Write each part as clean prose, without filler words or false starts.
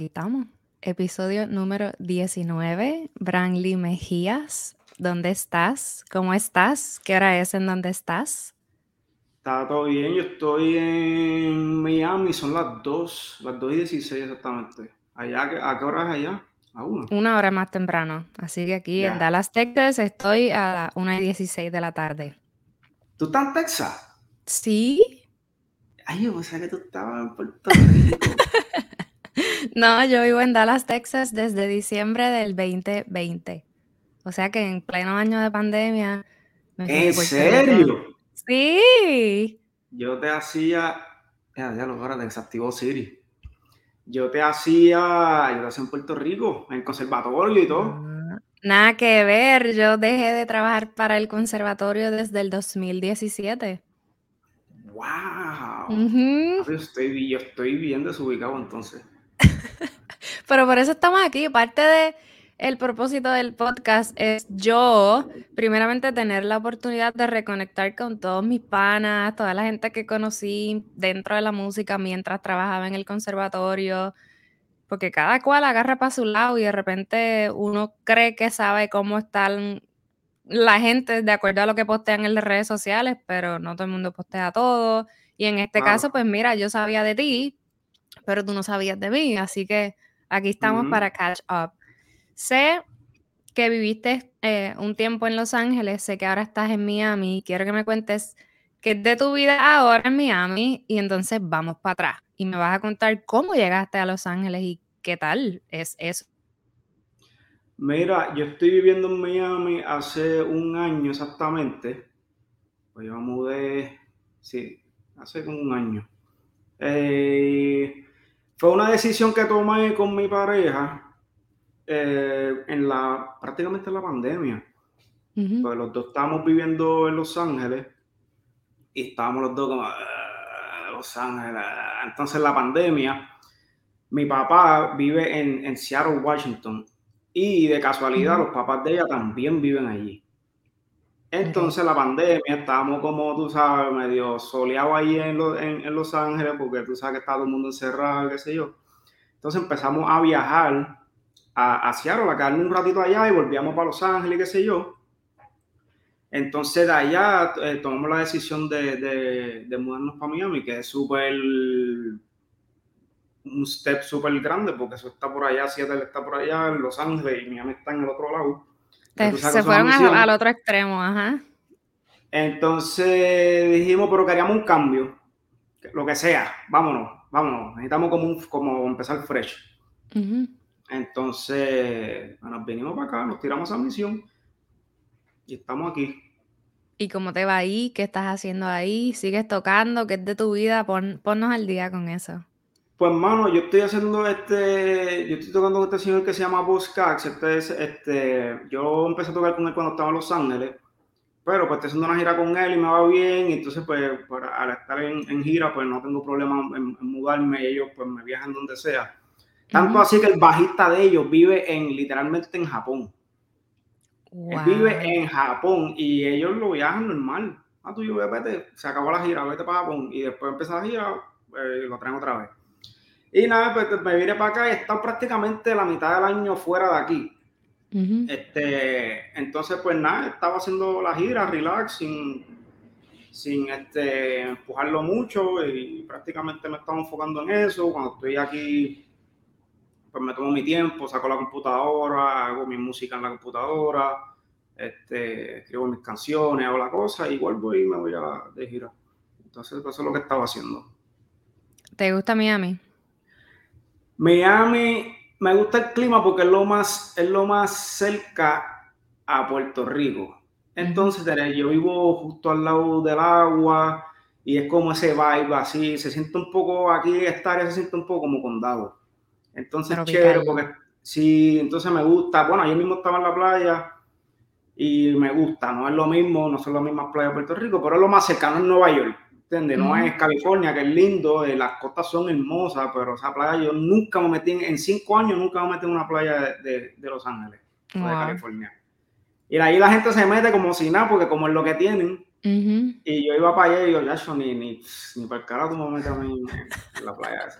aquí estamos. Episodio número 19. Branly Mejías, ¿dónde estás? ¿Cómo estás? ¿Qué hora es en dónde estás? Está todo bien, yo estoy en Miami, son las 2:16 exactamente. ¿A qué hora es allá? A 1. Una hora más temprano. Así que aquí en Ya. Dallas, Texas, estoy a las 1:16 de la tarde. ¿Tú estás en Texas? ¿Sí? Ay, yo pensaba que tú estabas en Puerto Rico. No, yo vivo en Dallas, Texas desde diciembre del 2020. O sea que en pleno año de pandemia me fui de ¿En Puerto Rico. serio? Sí. Yo te hacía... Ya lo ahora desactivó Siri. Yo te hacía en Puerto Rico, en conservatorio y todo. Nada que ver, yo dejé de trabajar para el conservatorio desde el 2017. ¡Wow! Ujú. Yo estoy bien desubicado entonces. Pero por eso estamos aquí. Parte de el propósito del podcast es yo, primeramente, tener la oportunidad de reconectar con todos mis panas, toda la gente que conocí dentro de la música mientras trabajaba en el conservatorio, porque cada cual agarra para su lado y de repente uno cree que sabe cómo están la gente de acuerdo a lo que postean en las redes sociales, pero no todo el mundo postea todo. Y en este Claro. caso, pues mira, yo sabía de ti, pero tú no sabías de mí, así que aquí estamos Ujú. para catch up. Sé que viviste un tiempo en Los Ángeles, sé que ahora estás en Miami, quiero que me cuentes qué es de tu vida ahora en Miami y entonces vamos para atrás y me vas a contar cómo llegaste a Los Ángeles y qué tal es eso. Mira, yo estoy viviendo en Miami hace un año exactamente. Pues yo me mudé, sí, hace como un año. Fue una decisión que tomé con mi pareja prácticamente en la pandemia. Ujú. Pues los dos estábamos viviendo en Los Ángeles y estábamos los dos como, Los Ángeles. Entonces la pandemia, mi papá vive en Seattle, Washington. Y de casualidad Ujú. los papás de ella también viven allí. Ok. Entonces la pandemia, estábamos como tú sabes, medio soleados ahí en Los Ángeles, porque tú sabes que está todo el mundo encerrado, qué sé yo. Entonces empezamos a viajar a Seattle, a quedarnos un ratito allá y volvíamos para Los Ángeles, qué sé yo. Entonces de allá tomamos la decisión de mudarnos para Miami, que es un step súper grande, porque eso está por allá, Seattle está por allá, Los Ángeles y Miami está en el otro lado. Entonces tú sabes que Se eso es una fueron al misión. otro extremo, ajá. Entonces dijimos, pero queríamos un cambio, lo que sea, vámonos, necesitamos como empezar fresh. Ujú. Entonces nos vinimos para acá, nos tiramos a misión y estamos aquí. ¿Y cómo te va ahí? ¿Qué estás haciendo ahí? ¿Sigues tocando? ¿Qué es de tu vida? Ponnos al día con eso. Pues hermano, yo estoy tocando con este señor que se llama Boss Cax. Yo empecé a tocar con él cuando estaba en Los Ángeles, pero pues estoy haciendo una gira con él y me va bien, y entonces pues al estar en gira pues no tengo problema en mudarme y ellos pues me viajan donde sea. Tanto Ujú. así que el bajista de ellos vive literalmente en Japón. Él vive Wow. en Japón y ellos lo viajan normal. Ah, tú y yo, vete, se acabó la gira, vete para Japón. Y después empieza la gira, lo traen otra vez. Y nada, pues me vine para acá y he estado prácticamente la mitad del año fuera de aquí. Ujú. Entonces, pues nada, estaba haciendo la gira, relax, sin empujarlo mucho y prácticamente me estaba enfocando en eso. Cuando estoy aquí, pues me tomo mi tiempo, saco la computadora, hago mi música en la computadora, escribo mis canciones, hago la cosa y vuelvo y me voy de gira. Entonces, eso es lo que estaba haciendo. ¿Te gusta Miami? Miami, me gusta el clima porque es lo más cerca a Puerto Rico. Ujú. Entonces, yo vivo justo al lado del agua y es como ese vibe así, se siente un poco, aquí esta área se siente un poco como condado. Entonces, chévere, Tropical. porque sí, entonces me gusta. Bueno, ayer mismo estaba en la playa y me gusta. No es lo mismo, no son las mismas playas de Puerto Rico, pero es lo más cercano en Nueva York. ¿Entiendes? No Ujú. es California, que es lindo, las costas son hermosas, pero esa playa yo nunca me metí, en 5 años nunca me metí en una playa de Los Ángeles o de Wow. California. Y ahí la gente se mete como si nada, porque como es lo que tienen. Ujú. Y yo iba para allá y yo, ya, ni para el carajo tú me metes a mí en la playa esa.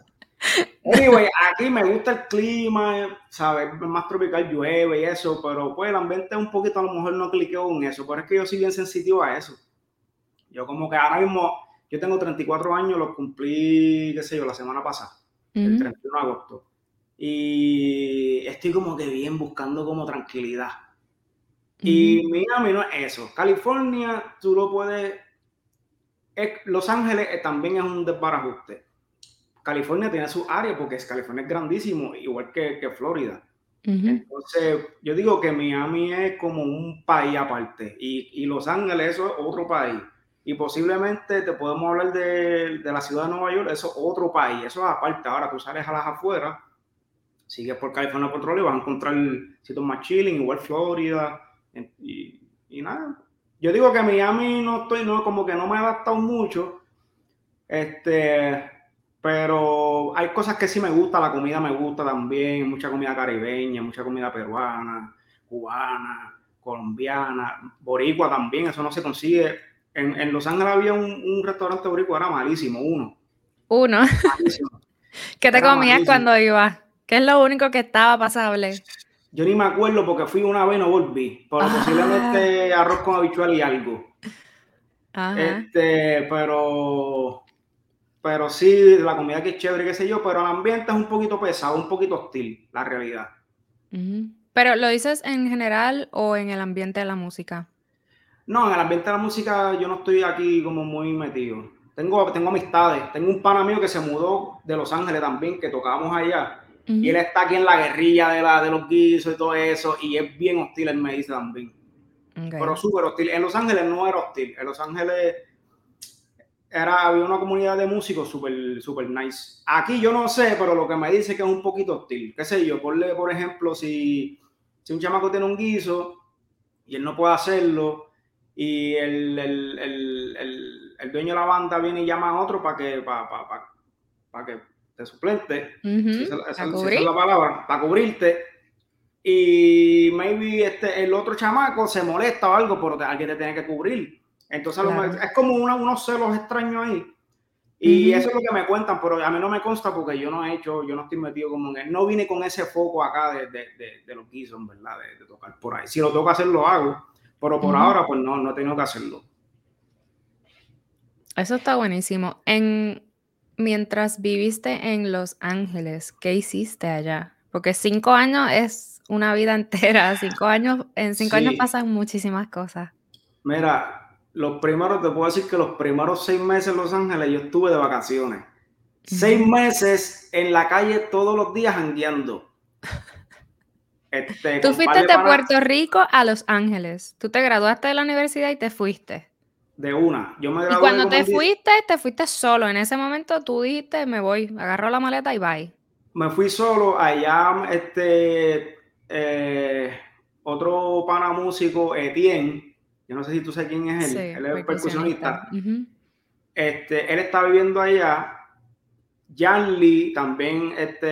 Anyway, aquí me gusta el clima, ¿sabes? Es más tropical, llueve y eso, pero pues el ambiente un poquito a lo mejor no cliqueo con eso, pero es que yo soy bien sensitivo a eso. Yo como que ahora mismo, yo tengo 34 años, los cumplí, qué sé yo, la semana pasada, el Ujú, 31 de agosto. Y estoy como que bien buscando como tranquilidad. ujú, Y Miami no es eso. California, tú lo puedes... Los Ángeles también es un desbarajuste. California tiene su área porque California es grandísimo, igual que Florida. ujú. Entonces, yo digo que Miami es como un país aparte y Los Ángeles eso es otro país. Y posiblemente te podemos hablar de la ciudad de Nueva York, eso es otro país, eso es aparte. Ahora tú sales a las afueras, sigues por California Petróleo y vas a encontrar sitios más chilling, igual Florida. Y nada. Yo digo que Miami no, como que no me he adaptado mucho. Este, pero hay cosas que sí me gusta, la comida me gusta también, mucha comida caribeña, mucha comida peruana, cubana, colombiana, boricua también, eso no se consigue. En Los Ángeles había un restaurante boricua, era malísimo, uno, Uno, malísimo, ¿qué te era comías malísimo. cuando ibas? ¿Qué es lo único que estaba pasable? Yo ni me acuerdo porque fui una vez y no volví, pero Ah, posiblemente arroz con habichuela y algo. ajá. Pero sí, la comida que es chévere, qué sé yo, pero el ambiente es un poquito pesado, un poquito hostil, la realidad. Ujú. Pero ¿lo dices en general o en el ambiente de la música? No, en el ambiente de la música yo no estoy aquí como muy metido. Tengo amistades, tengo un pana mío que se mudó de Los Ángeles también, que tocábamos allá, y él Ujú. está aquí en la guerrilla de los guisos y todo eso, y es bien hostil, él me dice también. Pero Okay. súper hostil. En Los Ángeles no era hostil, en Los Ángeles había una comunidad de músicos súper super nice. Aquí yo no sé, pero lo que me dice que es un poquito hostil. ¿Qué sé yo? Por ejemplo, si un chamaco tiene un guiso y él no puede hacerlo, y el dueño de la banda viene y llama a otro para que te suplente, Ujú. ¿A si esa es cubrir? la palabra, para cubrirte, y maybe el otro chamaco se molesta o algo, pero alguien te tiene que cubrir. Entonces Claro. es como unos celos extraños ahí. Y Ujú. eso es lo que me cuentan, pero a mí no me consta porque yo no estoy metido como en él. No vine con ese foco acá de los guisos, ¿verdad? De tocar por ahí. Si lo tengo que hacer, lo hago, pero por Ujú. ahora, pues no he tenido que hacerlo. Eso está buenísimo. Mientras viviste en Los Ángeles, ¿qué hiciste allá? Porque 5 años es una vida entera. 5 años, en 5 años Sí, pasan muchísimas cosas. mira, te puedo decir que los primeros 6 meses en Los Ángeles yo estuve de vacaciones. seis Ujú. meses en la calle todos los días jangueando. Tú Con par fuiste de de panas Puerto Rico a Los Ángeles. Tú te graduaste de la universidad y te fuiste. de una. Yo me Y gradué cuando como te fuiste solo. En ese momento tú dijiste, me voy, agarro la maleta y bye. me fui solo allá, otro pana músico, Etienne, yo no sé si tú sabes quién es Sí, él es percusionista. percusionista, Ujú. él está viviendo allá, Jan Lee también,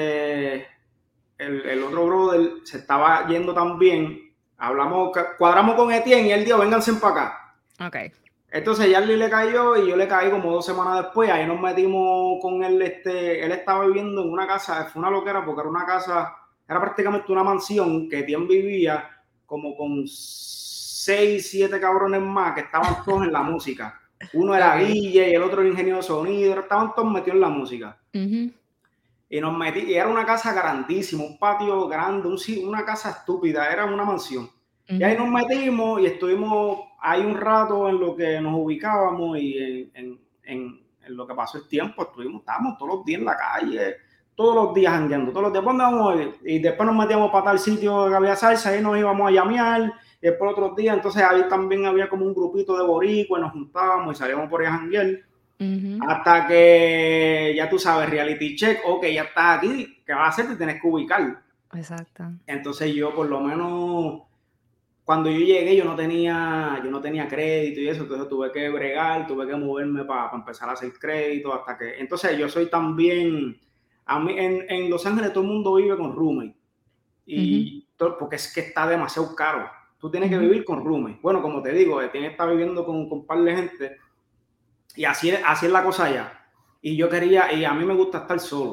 el otro brother se estaba yendo también, cuadramos con Etienne y él dijo, vénganse para acá. Ok. Entonces Charlie le cayó y yo le caí como 2 semanas después. Ahí nos metimos con él. Él estaba viviendo en una casa, fue una loquera porque era una casa, era prácticamente una mansión que Tien vivía como con 6, 7 cabrones más que estaban todos en la música. Uno era Ok. DJ y el otro era ingeniero de sonido, estaban todos metidos en la música. Ujú, Y era una casa grandísima, un patio grande, una casa estúpida, era una mansión. Y ahí ujú, nos metimos y estuvimos ahí un rato en lo que nos ubicábamos y en lo que pasó el tiempo, estábamos todos los días en la calle, todos los días jangueando, todos los días, ¿dónde vamos a ir? Y después nos metíamos para tal sitio que había salsa, ahí nos íbamos a llamear, y después otros días, entonces ahí también había como un grupito de boricuas, nos juntábamos y salíamos por ahí a janguear. ujú. Hasta que ya tú sabes, reality check, ok, ya estás aquí, ¿qué vas a hacer? Te tienes que ubicar. Exacto. Entonces yo por lo menos cuando yo llegué yo no tenía crédito y eso, entonces tuve que bregar, tuve que moverme para empezar a hacer crédito hasta que... Entonces yo soy también... A mí, en Los Ángeles todo el mundo vive con roommate Ujú, porque es que está demasiado caro. Tú tienes que ujú, vivir con roommate. Bueno, como te digo, tienes que estar viviendo con un par de gente y así es la cosa allá. Y a mí me gusta estar solo.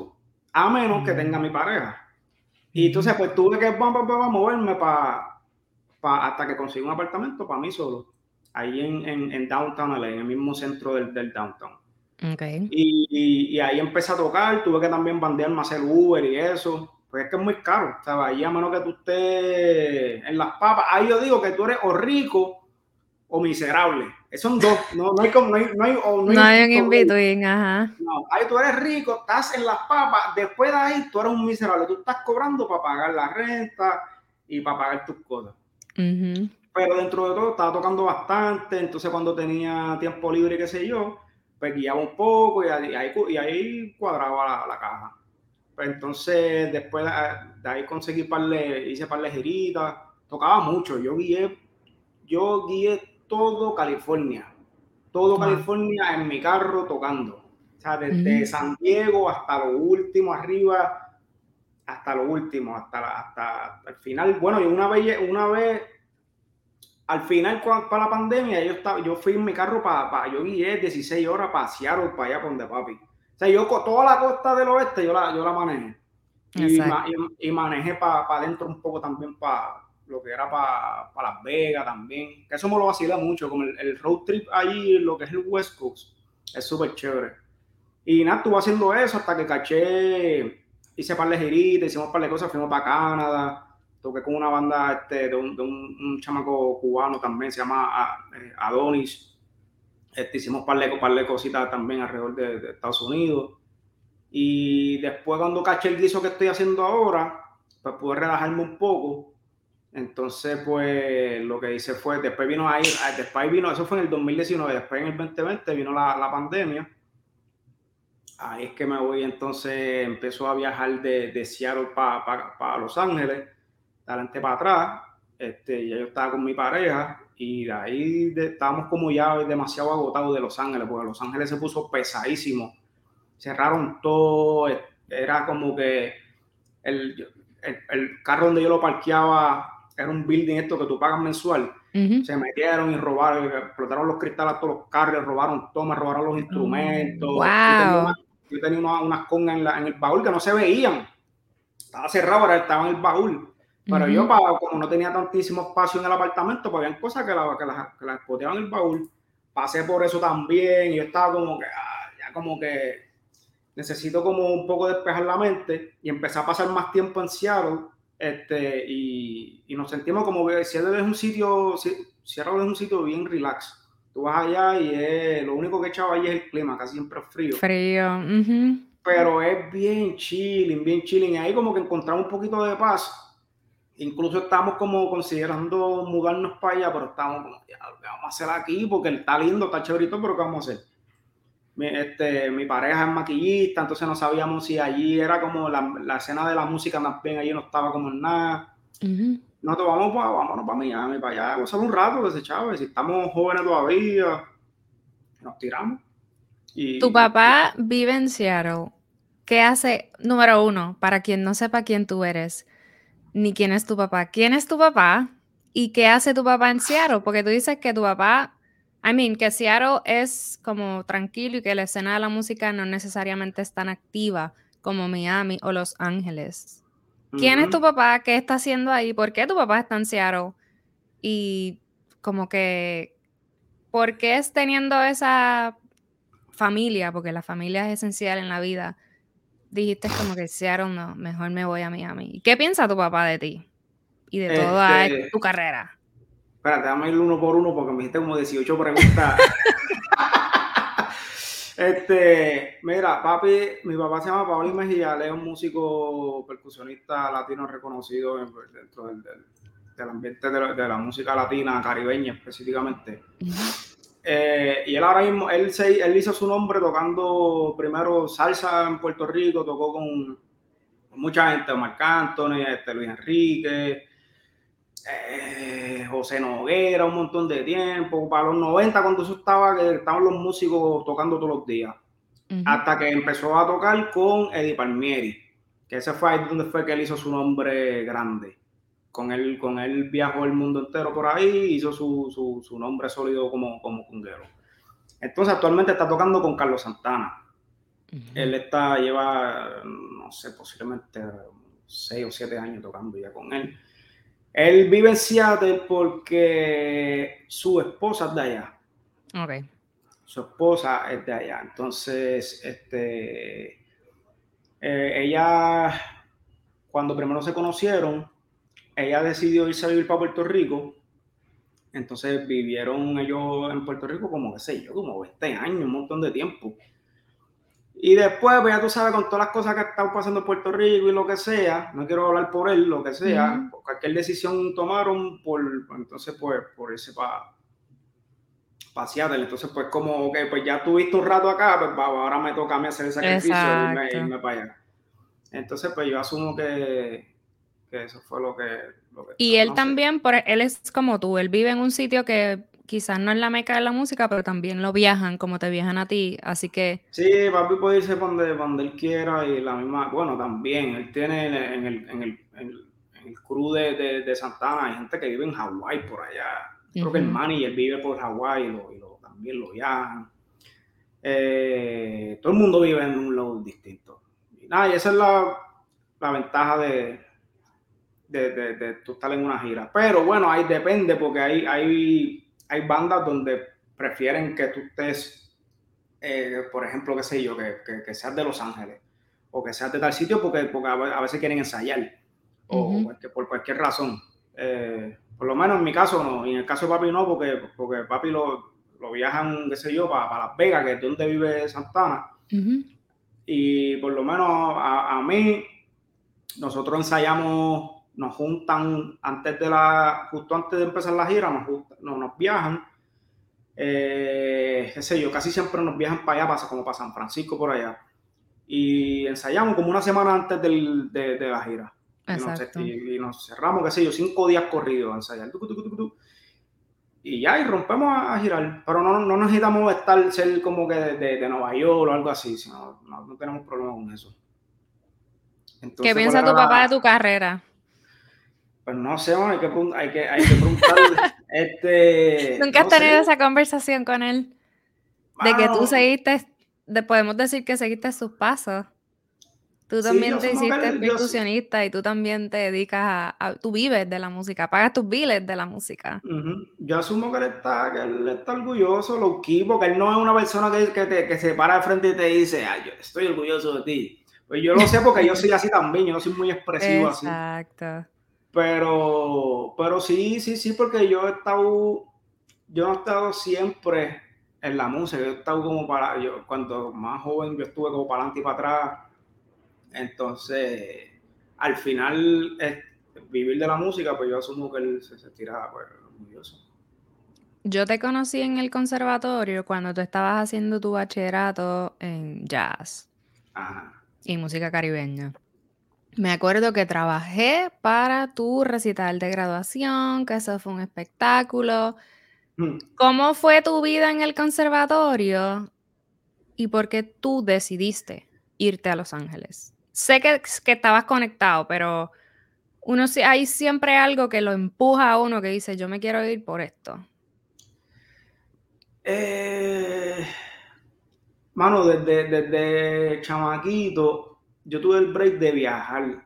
a menos que tenga mi pareja. Y entonces pues tuve que moverme hasta que consiga un apartamento para mí solo, ahí en Downtown LA, en el mismo centro del Downtown. Okay. Y ahí empecé a tocar, tuve que también bandearme a hacer Uber y eso, pues es que es muy caro, o sea, ahí a menos que tú estés en las papas, ahí yo digo que tú eres o rico o miserable, esos son dos, no hay, no hay No un hay un punto medio. in-between, ajá. No, ahí tú eres rico, estás en las papas, después de ahí tú eres un miserable, tú estás cobrando para pagar la renta y para pagar tus cosas. Uh-huh. Pero dentro de todo estaba tocando bastante, entonces cuando tenía tiempo libre, qué sé yo, pues guiaba un poco y ahí cuadraba la caja. Pues entonces después de ahí conseguí hice par de giritas, tocaba mucho, yo guié todo Wow. California en mi carro tocando. O sea, desde Uh-huh. San Diego hasta lo último arriba, hasta lo último, hasta el final. Bueno, y una vez al final, para la pandemia, yo fui en mi carro yo guié 16 horas para Seattle, para allá, por donde papi. O sea, yo con toda la costa del oeste, yo la manejé. Y, Exacto. y manejé para adentro un poco también, para lo que era para Las Vegas también. Que eso me lo vacila mucho, como el road trip allí, lo que es el West Coast. Es súper chévere. Y nada, estuve haciendo eso hasta que caché, hice par de giritas, hicimos par de cosas, fuimos para Canadá, toqué con una banda de un chamaco cubano también, se llama Adonis. Hicimos par de cositas también alrededor de Estados Unidos. Y después cuando caché el guiso que estoy haciendo ahora, pues pude relajarme un poco. Entonces, pues lo que hice fue, después vino, eso fue en el 2019, después en el 2020 vino la pandemia. Ahí es que me voy, entonces empezó a viajar de Seattle para Los Ángeles, de adelante para atrás. Ya yo estaba con mi pareja y de ahí estábamos como ya demasiado agotados de Los Ángeles, porque Los Ángeles se puso pesadísimo. Cerraron todo, era como que el carro donde yo lo parqueaba era un building esto que tú pagas mensual. Uh-huh. Se metieron y robaron, explotaron los cristales a todos los carros, robaron todo, me robaron los Oh, instrumentos. Yo tenía, wow. unas congas en el baúl que no se veían. Estaba cerrado, ahora estaba en el baúl. Pero yo, Uh-huh. como no tenía tantísimo espacio en el apartamento, pues habían cosas que las ponían en el baúl. Pasé por eso también y yo estaba como que, ya como que necesito como un poco despejar la mente y empecé a pasar más tiempo en Seattle, y nos sentimos como que Seattle es un sitio bien relax. Tú vas allá y lo único que echaba ahí es el clima, casi siempre es frío, Frío. Uh-huh. pero es bien chilling, bien chilling. Y ahí como que encontramos un poquito de paz. Incluso estamos como considerando mudarnos para allá, pero estamos como, ¿qué vamos a hacer aquí? Porque está lindo, está chéverito, pero ¿qué vamos a hacer? Mi pareja es maquillista, entonces no sabíamos si allí era como la escena de la música también, allí no estaba como en nada. Uh-huh. Nosotros vámonos para Miami, para allá, gozar un rato, desechado, si estamos jóvenes todavía, nos tiramos. Tu Y papá vive en Seattle. ¿Qué hace? Número uno, para quien no sepa quién tú eres, ni quién es tu papá. ¿Quién es tu papá? ¿Y qué hace tu papá en Seattle? Porque tú dices que tu papá, que Seattle es como tranquilo y que la escena de la música no necesariamente es tan activa como Miami o Los Ángeles. ¿Quién es tu uh-huh. papá? ¿Qué está haciendo ahí? ¿Por qué tu papá está en Seattle? Y como que, ¿por qué es teniendo esa familia? Porque la familia es esencial en la vida. Dijiste como que Seattle no, mejor me voy a Miami. ¿Y qué piensa tu papá de ti y de toda Este, tu carrera? espérate, vamos a ir uno por uno porque me hiciste como 18 preguntas. Mira, mi papá se llama Pablo Mejía, él es un músico percusionista latino reconocido dentro del ambiente de la música latina, caribeña específicamente. Ujú, Y él ahora mismo, él hizo su nombre tocando primero salsa en Puerto Rico, tocó con mucha gente, Marc Anthony, Luis Enrique, José Noguera, un montón de tiempo, para los 90 cuando eso que estaban los músicos tocando todos los días, ujú. hasta que empezó a tocar con Eddie Palmieri, que ese fue ahí donde fue que él hizo su nombre grande. Con él viajó el mundo entero por ahí, hizo su nombre sólido como conguero. Entonces actualmente está tocando con Carlos Santana. Él lleva, no sé, posiblemente 6 o 7 años tocando ya con él. Él vive en Seattle porque su esposa es de allá. Ok. Su esposa es de allá. Entonces, ella, cuando primero se conocieron, ella decidió irse a vivir para Puerto Rico. Entonces vivieron ellos en Puerto Rico como, qué sé yo, como 20 años, un montón de tiempo. Y después, pues ya tú sabes, con todas las cosas que ha estado pasando en Puerto Rico y lo que sea, no quiero hablar por él, lo que sea, cualquier decisión tomaron entonces, pues, por irse para Seattle. Entonces, pues, como, ok, pues ya tuviste un rato acá, pues ahora me toca a mí hacer el sacrificio de Exacto. irme para allá. Entonces, pues yo asumo que eso fue lo que Y él no sé. también, él es como tú, él vive en un sitio que quizás no es la meca de la música, pero también lo viajan como te viajan a ti, así que... Sí, papi puede irse donde él quiera y la misma, bueno, también, él tiene en el crew de Santana, hay gente que vive en Hawái por allá. Creo que el manager vive por Hawái también lo viajan. Todo el mundo vive en un lado distinto. Y nada, y esa es la ventaja de tú estar en una gira. Pero bueno, ahí depende, porque hay bandas donde prefieren que tú estés, por ejemplo, qué sé yo, que seas de Los Ángeles o que seas de tal sitio porque a veces quieren ensayar o por cualquier razón. Por lo menos en mi caso no, y en el caso de papi no, porque papi lo viajan, qué sé yo, para Las Vegas, que es donde vive Santana. Y por lo menos a mí, nosotros ensayamos, nos juntan justo antes de empezar la gira, nos viajan. Qué sé yo, casi siempre nos viajan para allá, como para San Francisco por allá. Y ensayamos como una semana antes de la gira. Exacto. Y nos cerramos, qué sé yo, 5 días corridos a ensayar. Y ya, y rompemos a girar. Pero no necesitamos ser como que de Nueva York o algo así, sino no tenemos problema con eso. ¿Qué Entonces, ¿cuál piensa era tu papá de tu carrera? Pues no sé, bueno, hay que preguntarle. ¿Nunca has No sé, tenido esa conversación con él? De que tú mano. podemos decir que seguiste sus pasos. Tú Sí, yo también te asumo que hiciste yo, percusionista y tú también te dedicas tú vives de la música, pagas tus biles de la música. yo asumo que él está orgulloso, low key, porque él no es una persona que se para de frente y te dice, ay, yo estoy orgulloso de ti. Pues yo lo sé porque yo soy así también, yo no soy muy expresivo así. Exacto. Pero sí, porque yo no he estado siempre en la música, yo he estado cuando más joven yo estuve como para adelante y para atrás, entonces al final vivir de la música, pues yo asumo que él se tira pues, orgulloso. Yo te conocí en el conservatorio cuando tú estabas haciendo tu bachillerato en jazz Ajá. y música caribeña. Me acuerdo que trabajé para tu recital de graduación, que eso fue un espectáculo. ¿Cómo fue tu vida en el conservatorio y por qué tú decidiste irte a Los Ángeles? Sé que estabas conectado, pero hay siempre algo que lo empuja a uno que dice, yo me quiero ir por esto. Eh, Mano, desde chamaquito, yo tuve el break de viajar.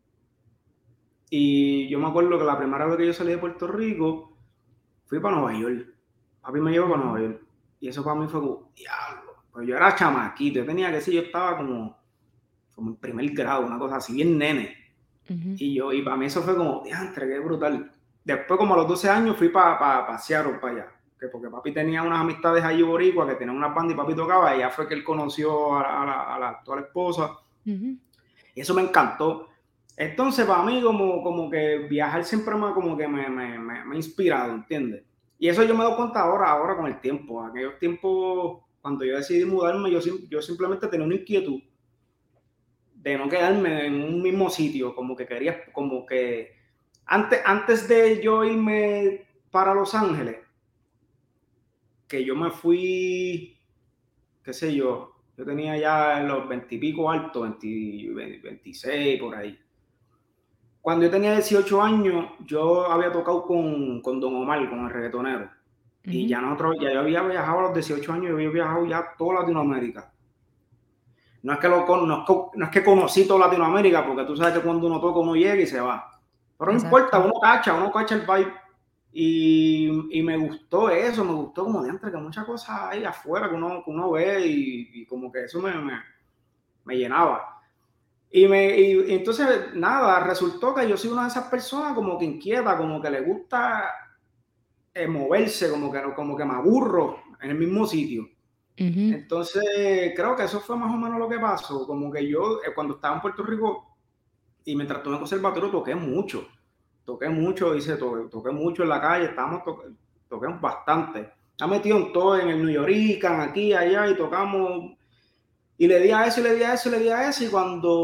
Y yo me acuerdo que la primera vez que yo salí de Puerto Rico, fui para Nueva York. Papi me llevó para Nueva York. Y eso para mí fue como, diablo. Pues yo era chamaquito, yo tenía que decir, yo estaba como en primer grado, una cosa así, bien nene. Ujú. Y para mí eso fue como, diantre, qué brutal. Después, como a los 12 años, fui para Seattle, para allá. Porque papi tenía unas amistades allí boricua que tenían una banda y papi tocaba, y ya fue que él conoció a la actual esposa. Ujú. Y eso me encantó. Entonces, para mí, como que viajar siempre como que me ha inspirado, ¿entiendes? Y eso yo me doy cuenta ahora con el tiempo. En aquellos tiempos, cuando yo decidí mudarme, yo simplemente tenía una inquietud de no quedarme en un mismo sitio, como que quería, como que antes de yo irme para Los Ángeles, que yo me fui, qué sé yo tenía ya los 20 y pico altos, 26 por ahí. Cuando yo tenía 18 años, yo había tocado con Don Omar, con el reggaetonero. Y Ujú. ya yo había viajado a los 18 años, yo había viajado ya toda Latinoamérica. No es que conocí toda Latinoamérica, porque tú sabes que cuando uno toca, uno llega y se va. Pero no importa, uno cacha el vibe. Y me gustó eso, me gustó como dentro, que muchas cosas hay afuera que uno ve y como que eso me llenaba. Y entonces, nada, resultó que yo soy una de esas personas como que inquieta, como que le gusta moverse, como que me aburro en el mismo sitio. Uh-huh. Entonces, creo que eso fue más o menos lo que pasó. Como que yo, cuando estaba en Puerto Rico y mientras estuve en conservatorio, toqué mucho, toqué mucho en la calle, toqué bastante. Me he metido en todo, en el New Yorican, aquí, allá, y tocamos, y le di a eso, y le di a eso, y le di a eso, y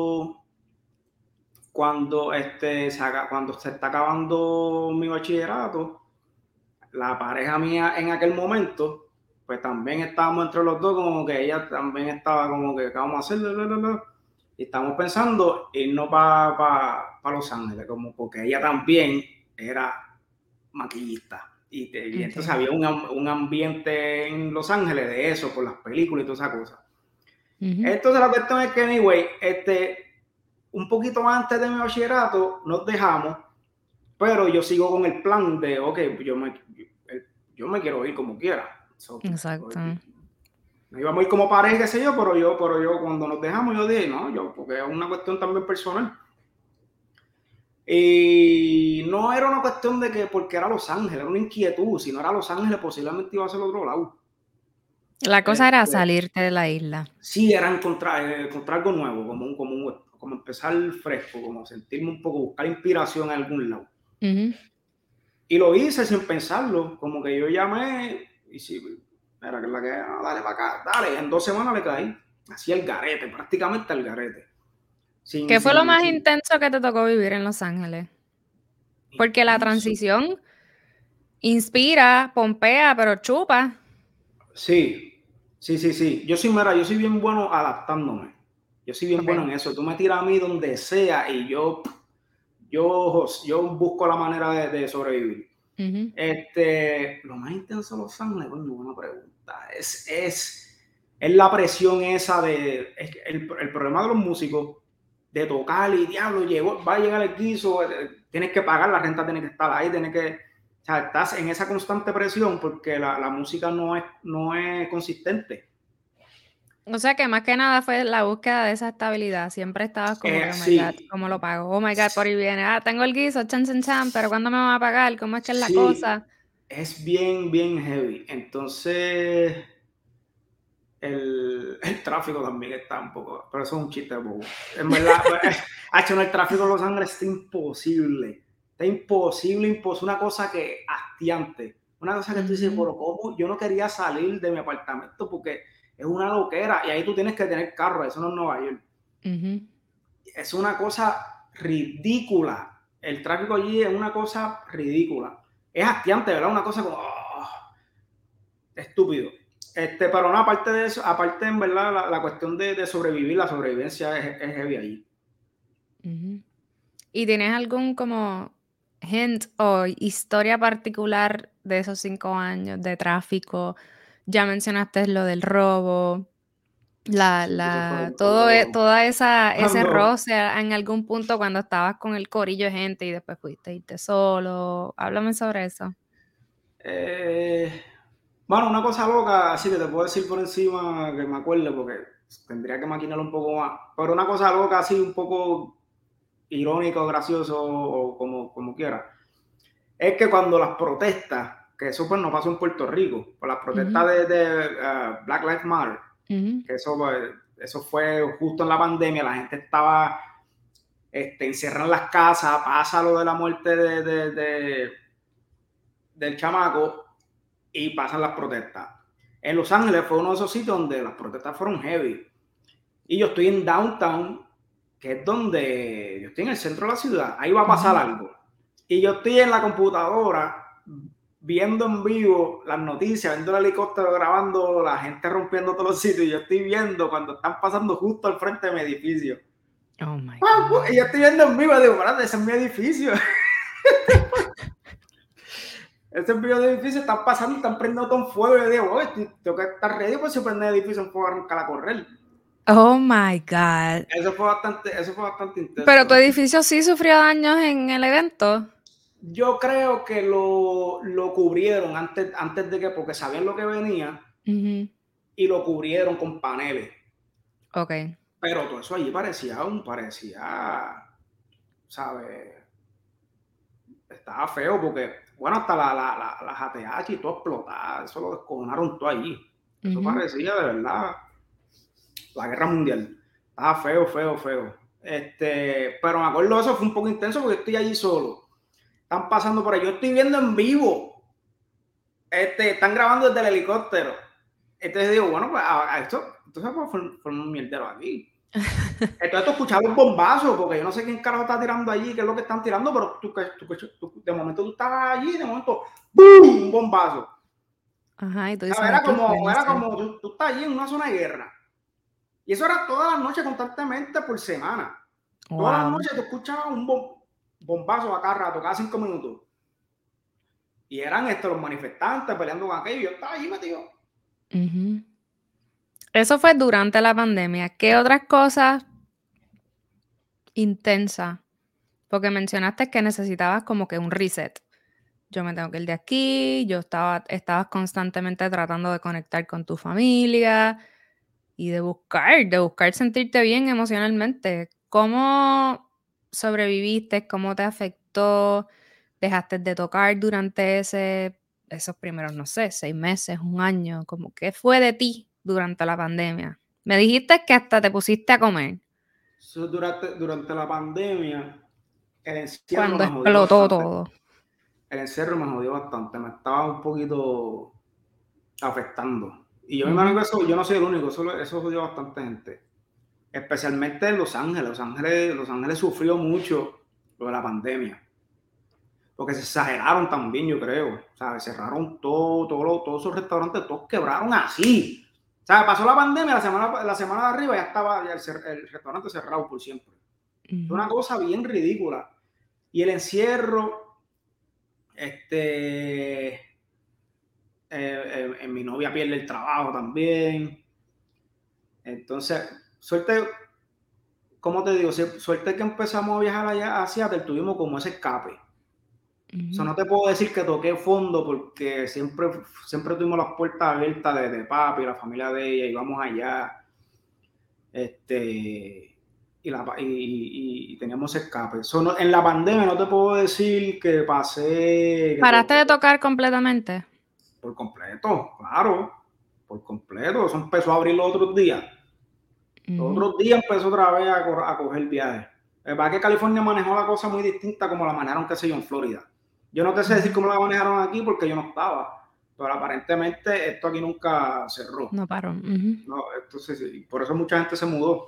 cuando se está acabando mi bachillerato, la pareja mía en aquel momento, pues también estábamos entre los dos, como que ella también estaba como que, ¿qué vamos a hacer? Y estamos pensando irnos para Los Ángeles, como porque ella también era maquillista. Y entonces había un ambiente en Los Ángeles de eso, por las películas y todas esas cosas. Uh-huh. Entonces la cuestión es que, anyway, un poquito más antes de mi bachillerato nos dejamos, pero yo sigo con el plan de, ok, yo me quiero ir como quiera. Exacto. Nos íbamos a ir como pareja, qué sé yo, pero yo cuando nos dejamos, yo dije, no, porque es una cuestión también personal. Y no era una cuestión de que porque era Los Ángeles, era una inquietud. Si no era Los Ángeles, posiblemente iba a ser otro lado. La cosa era salirte de la isla. Sí, era encontrar algo nuevo, como empezar fresco, como sentirme un poco, buscar inspiración en algún lado. Uh-huh. Y lo hice sin pensarlo, como que yo llamé y sí, era que la que, dale para acá, dale, en 2 semanas le caí, así el garete, prácticamente el garete. ¿Qué fue lo más intenso que te tocó vivir en Los Ángeles? Porque la transición inspira, pompea, pero chupa. Sí. Yo soy bien bueno adaptándome. Yo soy bien bueno en eso. Tú me tiras a mí donde sea y yo busco la manera de sobrevivir. Uh-huh. Lo más intenso de Los Ángeles, bueno, buena pregunta. Es la presión esa el problema de los músicos de tocar y diablo, va a llegar el guiso, tienes que pagar, la renta tiene que estar ahí, o sea, estás en esa constante presión porque la música no es consistente. O sea que más que nada fue la búsqueda de esa estabilidad. Siempre estabas como que, oh my God, Sí. ¿cómo lo pago? Oh my God, por ahí viene. Tengo el guiso, chan, pero ¿cuándo me van a pagar? ¿Cómo es que es la cosa? Es bien, bien heavy. Entonces, el tráfico también está un poco, pero eso es un chiste bobo. En verdad, el tráfico de Los Ángeles está imposible. Está imposible, una cosa que hastiante. Una cosa que tú dices, pero ¿cómo? Yo no quería salir de mi apartamento porque es una loquera y ahí tú tienes que tener carro, eso no es Nueva York. Uh-huh. Es una cosa ridícula. El tráfico allí es una cosa ridícula. Es hastiante, ¿verdad? Una cosa como estúpido. Pero no, aparte de eso, aparte en verdad la cuestión de sobrevivir, la sobrevivencia es heavy allí. Uh-huh. ¿Y tienes algún como hint o historia particular de esos 5 años de tráfico? Ya mencionaste lo del robo, toda ese roce en algún punto cuando estabas con el corillo de gente y después pudiste irte solo. Háblame sobre eso. Bueno, una cosa loca, así que te puedo decir por encima que me acuerdo porque tendría que maquinarlo un poco más. Pero una cosa loca, así un poco irónico, gracioso o como quiera, es que cuando las protestas, que eso pues no pasó en Puerto Rico, por las protestas de Black Lives Matter, que eso fue justo en la pandemia, la gente estaba encerrada en las casas, pasa lo de la muerte del chamaco y pasan las protestas. En Los Ángeles fue uno de esos sitios donde las protestas fueron heavy. Y yo estoy en downtown, que es donde yo estoy en el centro de la ciudad, ahí va a pasar algo. Y yo estoy en la computadora viendo en vivo las noticias, viendo el helicóptero grabando, la gente rompiendo todos los sitios, y yo estoy viendo cuando están pasando justo al frente de mi edificio. Oh my God. Y yo estoy viendo en vivo, digo, espérate, ese es mi edificio. Ese es mi edificio, están pasando, están prendiendo todo en fuego, y yo digo, oye, tengo que estar ready, pues si prende el edificio en fuego, arrancar a correr. Oh my God. Eso fue bastante Pero tu intenso. edificio sí sufrió daños en el evento. Yo creo que lo cubrieron antes de que, porque sabían lo que venía Ujú. y lo cubrieron con paneles. Ok. Pero todo eso allí parecía, ¿sabes? Estaba feo porque, bueno, hasta las ATH y todo explotaba, eso lo descojonaron todo allí. Eso Ujú. parecía de verdad la guerra mundial. Estaba feo, feo, feo. Pero me acuerdo de eso, fue un poco intenso porque estoy allí solo. Están pasando por ahí, yo estoy viendo en vivo. Están grabando desde el helicóptero. Entonces digo, bueno, pues esto se puede formar un mierdero aquí. Entonces tú escuchabas un bombazo, porque yo no sé quién carajo está tirando allí, qué es lo que están tirando, pero de momento tú estabas allí, de momento, ¡boom! Un bombazo. Ajá, y tú dices, ¿Sabes? Era aquí fue, como, no era sé. como tú estás allí en una zona de guerra. Y eso era todas las noches constantemente por semana. Todas las Wow. noches tú escuchabas un bombazo a cada rato, cada 5 minutos. Y eran los manifestantes peleando con aquello. Yo estaba allí metido. Ujú. Eso fue durante la pandemia. ¿Qué otras cosas intensas? Porque mencionaste que necesitabas como que un reset. Yo me tengo que ir de aquí, estabas constantemente tratando de conectar con tu familia y de buscar sentirte bien emocionalmente. ¿Cómo sobreviviste? ¿Cómo te afectó? ¿Dejaste de tocar durante esos primeros, no sé, 6 meses, un año? ¿Qué fue de ti durante la pandemia? Me dijiste que hasta te pusiste a comer Durante la pandemia, el encierro cuando me jodió explotó bastante. todo. El encierro me jodió bastante. Me estaba un poquito afectando. Y yo me imagino Ujú, que eso, yo no soy el único, eso jodió a bastante gente. Especialmente en Los Ángeles. Los Ángeles sufrió mucho lo de la pandemia. Porque se exageraron también, yo creo. O sea, cerraron todos esos restaurantes, todos quebraron así. O sea, pasó la pandemia, la semana de arriba ya estaba el restaurante cerrado por siempre. Es una ujú. cosa bien ridícula. Y el encierro, mi novia pierde el trabajo también. Entonces, suerte, como te digo, suerte que empezamos a viajar allá a Seattle, tuvimos como ese escape. O sea, Ujú. no te puedo decir que toqué fondo porque siempre tuvimos las puertas abiertas de papi, la familia de ella, íbamos allá, y teníamos escape. En la pandemia no te puedo decir que pasé que ¿Paraste toqué de tocar completamente? por completo, claro, por completo. Eso empezó a abrir los otros días. Los Ujú. otros días empezó otra vez a coger viajes. Va que California manejó la cosa muy distinta como la manejaron, qué sé yo, en Florida. Yo no te sé decir Ujú. cómo la manejaron aquí porque yo no estaba, pero aparentemente esto aquí nunca cerró. No paró. Ujú. No, entonces, sí, por eso mucha gente se mudó.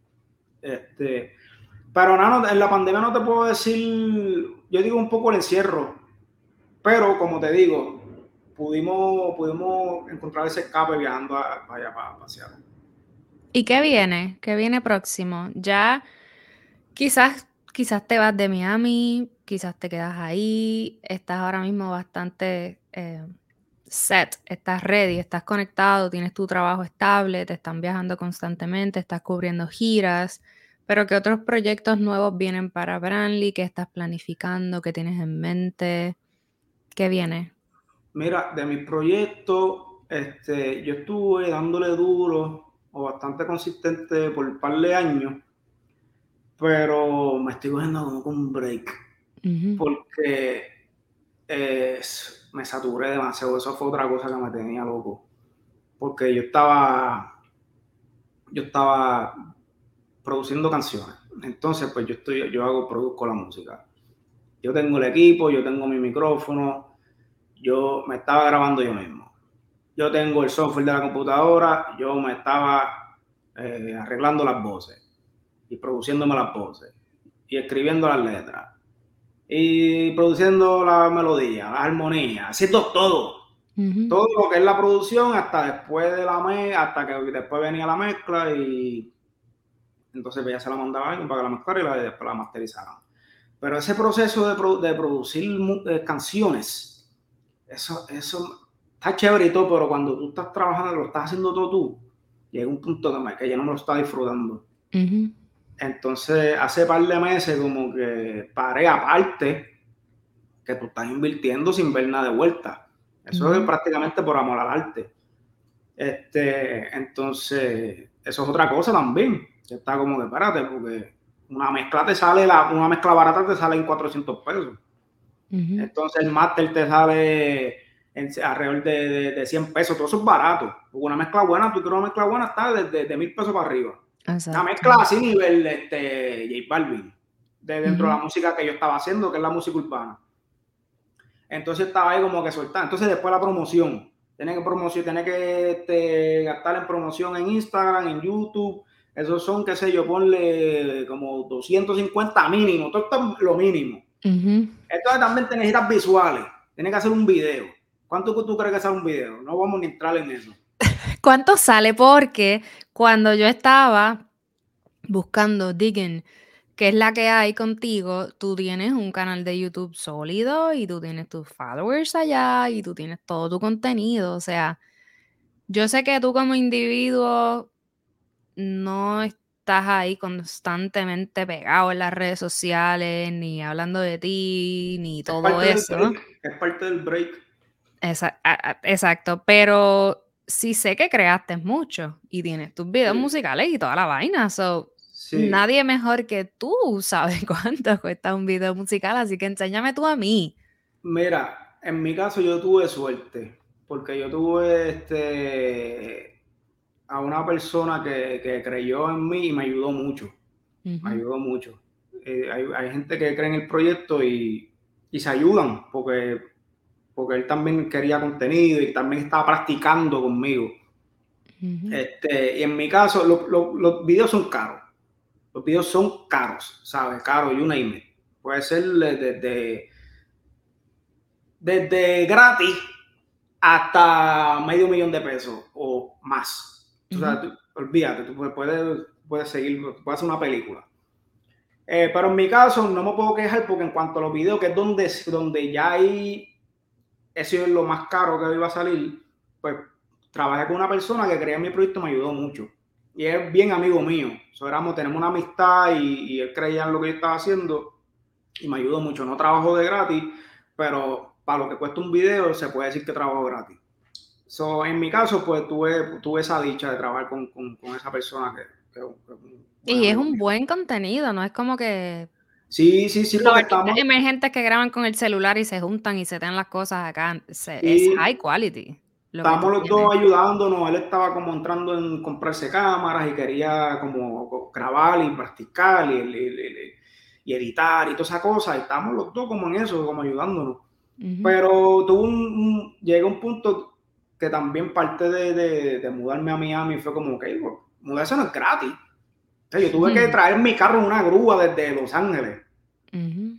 Pero nada, no, en la pandemia no te puedo decir, yo digo un poco el encierro, pero como te digo, pudimos encontrar ese escape viajando allá para pasear. ¿Y qué viene? ¿Qué viene próximo? Ya quizás te vas de Miami, quizás te quedas ahí, estás ahora mismo bastante set, estás ready, estás conectado, tienes tu trabajo estable, te están viajando constantemente, estás cubriendo giras, pero ¿qué otros proyectos nuevos vienen para Brandly? ¿Qué estás planificando? ¿Qué tienes en mente? ¿Qué viene? Mira, de mis proyectos, yo estuve dándole duro o bastante consistente por un par de años, pero me estoy cogiendo como con un break Ujú, porque me saturé demasiado. Eso fue otra cosa que me tenía loco, porque yo estaba produciendo canciones. Entonces, pues produzco la música. Yo tengo el equipo, yo tengo mi micrófono, yo me estaba grabando yo mismo. Yo tengo el software de la computadora, yo me estaba arreglando las voces y produciéndome las voces y escribiendo las letras y produciendo la melodía, la armonía, haciendo ujú. todo lo que es la producción hasta después hasta que después venía la mezcla y entonces ya se la mandaba a alguien para que la mezclara y después la masterizaran. Pero ese proceso de producir canciones, eso está chévere y todo, pero cuando tú estás trabajando, lo estás haciendo todo tú, llega un punto que ya no me lo estaba disfrutando. Ujú. Entonces, hace par de meses como que paré aparte que tú estás invirtiendo sin ver nada de vuelta. Eso es Ujú. prácticamente por amor al arte. Entonces, eso es otra cosa también. Está como que, espérate, porque una mezcla una mezcla barata te sale en 400 pesos. Ujú. Entonces el máster te sale alrededor de 100 pesos. Todo eso es barato. Porque una mezcla buena, tú quieres una mezcla buena, está de 1000 pesos para arriba. Una Exacto. mezcla así nivel J Balvin, de dentro de la Ujú. música que yo estaba haciendo, que es la música urbana. Entonces estaba ahí como que soltar. Entonces después la promoción. Tiene que gastar en promoción en Instagram, en YouTube. Esos son, qué sé yo, ponle como 250 mínimo. Todo esto es lo mínimo. Ujú. Entonces también te necesitas visuales. Tienes que hacer un video. ¿Cuánto tú crees que sale un video? No vamos ni a entrar en eso. ¿Cuánto sale? Porque cuando yo estaba buscando, digging, qué es la que hay contigo, tú tienes un canal de YouTube sólido y tú tienes tus followers allá y tú tienes todo tu contenido. O sea, yo sé que tú como individuo no estás ahí constantemente pegado en las redes sociales, ni hablando de ti, ni Es todo parte del eso. break. Es parte del break. Exacto, pero sí sé que creaste mucho y tienes tus videos Sí. musicales y toda la vaina, so, Sí. nadie mejor que tú sabe cuánto cuesta un video musical, así que enséñame tú a mí. Mira, en mi caso yo tuve suerte. Porque yo tuve a una persona que creyó en mí y me ayudó mucho. Me Ujú. ayudó mucho. Hay gente que cree en el proyecto y se ayudan porque él también quería contenido y también estaba practicando conmigo. Ujú. Y en mi caso, los videos son caros. Los videos son caros, ¿sabes? Caros, you name it. Puede ser desde gratis hasta $500,000 o más. O Ujú. sea, olvídate, tú puedes seguir, puedes hacer una película. Pero en mi caso no me puedo quejar porque en cuanto a los videos, que es donde ya hay, eso es lo más caro que iba a salir, pues trabajé con una persona que creía en mi proyecto y me ayudó mucho. Y es bien amigo mío. Tenemos una amistad y él creía en lo que yo estaba haciendo y me ayudó mucho. No trabajo de gratis, pero para lo que cuesta un video se puede decir que trabajo gratis. En mi caso, pues tuve esa dicha de trabajar con esa persona que es un buen Y es amigo un mío. buen contenido, no es como que Sí, sí, sí, los porque artistas estamos, emergentes que graban con el celular y se juntan y se dan las cosas acá, es sí, high quality lo que tú estábamos los tienes. dos ayudándonos. Él estaba como entrando en comprarse cámaras y quería como grabar y practicar y editar y toda esa cosa. Y estábamos los dos como en eso, como ayudándonos. Ujú. Pero llegué a un punto que también parte de mudarme a Miami fue como, ok, pues, mudarse no es gratis. O sea, yo tuve que traer mi carro en una grúa desde Los Ángeles. Ujú.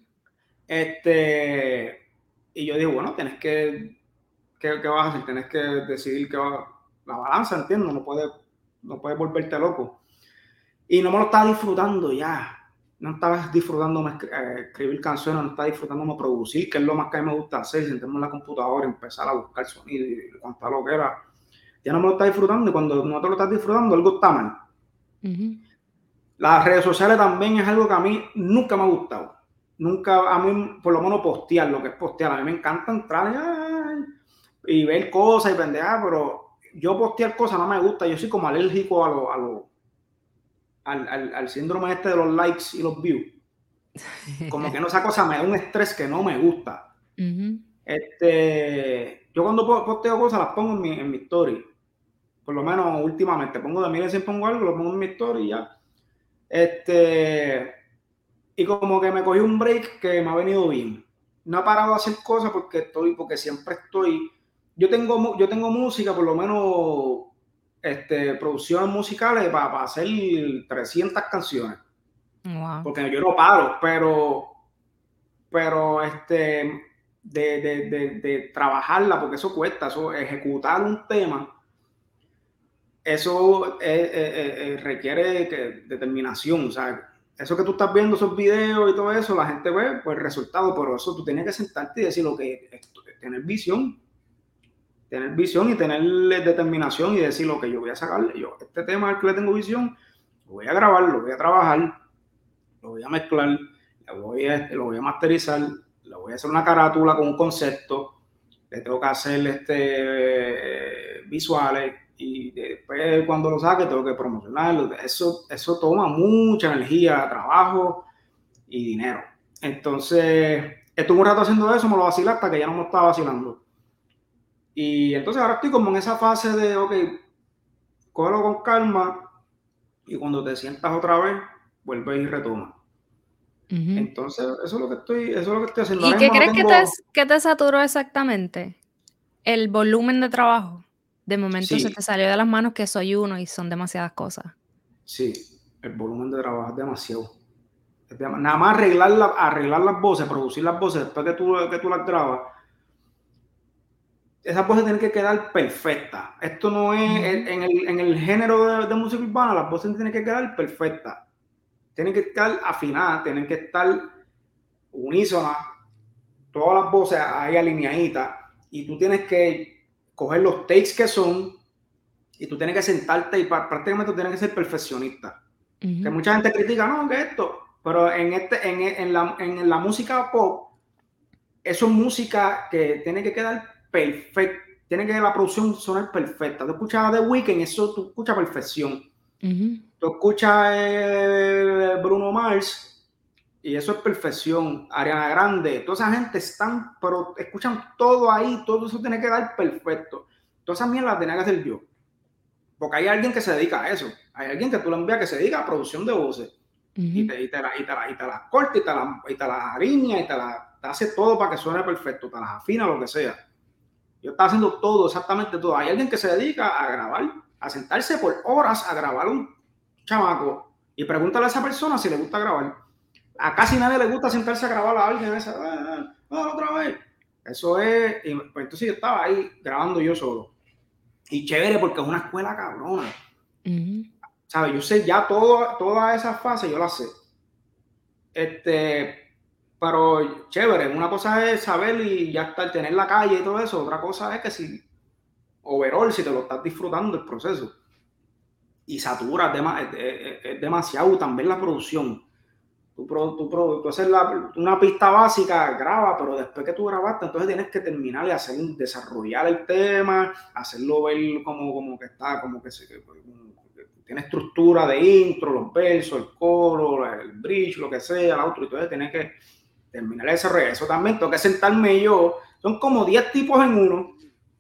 Y yo digo, bueno, ¿qué vas a hacer? Tienes que decidir la balanza, entiendo, no puedes volverte loco. Y no me lo estaba disfrutando ya. No estaba disfrutando escribir canciones, no estaba disfrutando producir, que es lo más que a mí me gusta hacer, sentarme en la computadora, empezar a buscar sonido y contar lo que era. Ya no me lo estaba disfrutando y cuando no te lo estás disfrutando, algo está mal. Ujú. Las redes sociales también es algo que a mí nunca me ha gustado. Nunca, a mí, por lo menos postear, lo que es postear. A mí me encanta entrar y ver cosas y pendejar, pero yo postear cosas no me gusta. Yo soy como alérgico al síndrome este de los likes y los views. Como que no, esa cosa me da un estrés que no me gusta. Ujú. Yo cuando posteo cosas las pongo en mi story. Por lo menos últimamente. Pongo de miren si pongo algo, lo pongo en mi story y ya. Y como que me cogí un break que me ha venido bien. No he parado de hacer cosas porque siempre estoy. Yo tengo música, por lo menos producciones musicales para hacer 300 canciones. Wow. Porque yo no paro, pero de trabajarla, porque eso cuesta, eso, ejecutar un tema, eso requiere determinación, o sea, eso que tú estás viendo, esos videos y todo eso, la gente ve pues el resultado, pero eso tú tienes que sentarte y decir lo que tener visión. tener visión y tener determinación y decir lo que yo voy a sacarle. Yo, este tema al que le tengo visión, lo voy a grabar, lo voy a trabajar, lo voy a mezclar, lo voy a masterizar, le voy a hacer una carátula con un concepto, le tengo que hacer visuales y después cuando lo saque tengo que promocionarlo. Eso toma mucha energía, trabajo y dinero. Entonces, estuve un rato haciendo eso, me lo vacilé hasta que ya no me estaba vacilando. Y entonces ahora estoy como en esa fase de, ok, cógelo con calma y cuando te sientas otra vez, vuelve y retoma. Entonces, eso es lo que estoy haciendo. ¿Y Ahora qué mismo no crees tengo. que te saturó exactamente? El volumen de trabajo. De momento se Sí, te salió de las manos que soy uno y son demasiadas cosas. sí, el volumen de trabajo es demasiado. Nada más arreglar las voces, producir las voces después que tú las grabas, esas voces tienen que quedar perfectas. Esto no es, en el género de música urbana, las voces tienen que quedar perfectas. Tienen que estar afinadas, tienen que estar unísonas, todas las voces ahí alineaditas, y tú tienes que coger los takes que son, y tú tienes que sentarte y prácticamente tú tienes que ser perfeccionista. Que mucha gente critica, no, que esto, pero en la música pop, eso es música que tiene que quedar perfecta, tiene que la producción sonar perfecta. Tú escuchas The Weeknd, eso tú escuchas perfección. Tú escuchas Bruno Mars y eso es perfección. Ariana Grande, toda esa gente están, pero escuchan todo ahí, todo eso tiene que dar perfecto. Toda esa mierda la tenía que hacer yo. Porque hay alguien que se dedica a eso. Hay alguien que tú le envías que se dedica a producción de voces. Y te las corta y te las alinea y te hace todo para que suene perfecto, te las afina, lo que sea. Yo estaba haciendo todo, exactamente todo. Hay alguien que se dedica a grabar, a sentarse por horas a grabar un chamaco y pregúntale a esa persona si le gusta grabar. A casi nadie le gusta sentarse a grabar a alguien esa, otra vez. Eso es, y, pues entonces yo estaba ahí grabando yo solo. Y chévere porque es una escuela cabrona. ¿Sabes? Yo sé ya toda esa fase, yo la sé. Pero chévere, una cosa es saber y ya estar, tener la calle y todo eso, otra cosa es que si overall, si te lo estás disfrutando el proceso y saturas, es demasiado también la producción. Tú haces una pista básica, graba, pero después que tú grabaste, entonces tienes que terminar y desarrollar el tema, hacerlo ver como que está, como que tiene estructura de intro, los versos, el coro, el bridge, lo que sea, el outro, y entonces tienes que terminar de desarrollar eso también. Tengo que sentarme yo, son como 10 tipos en uno.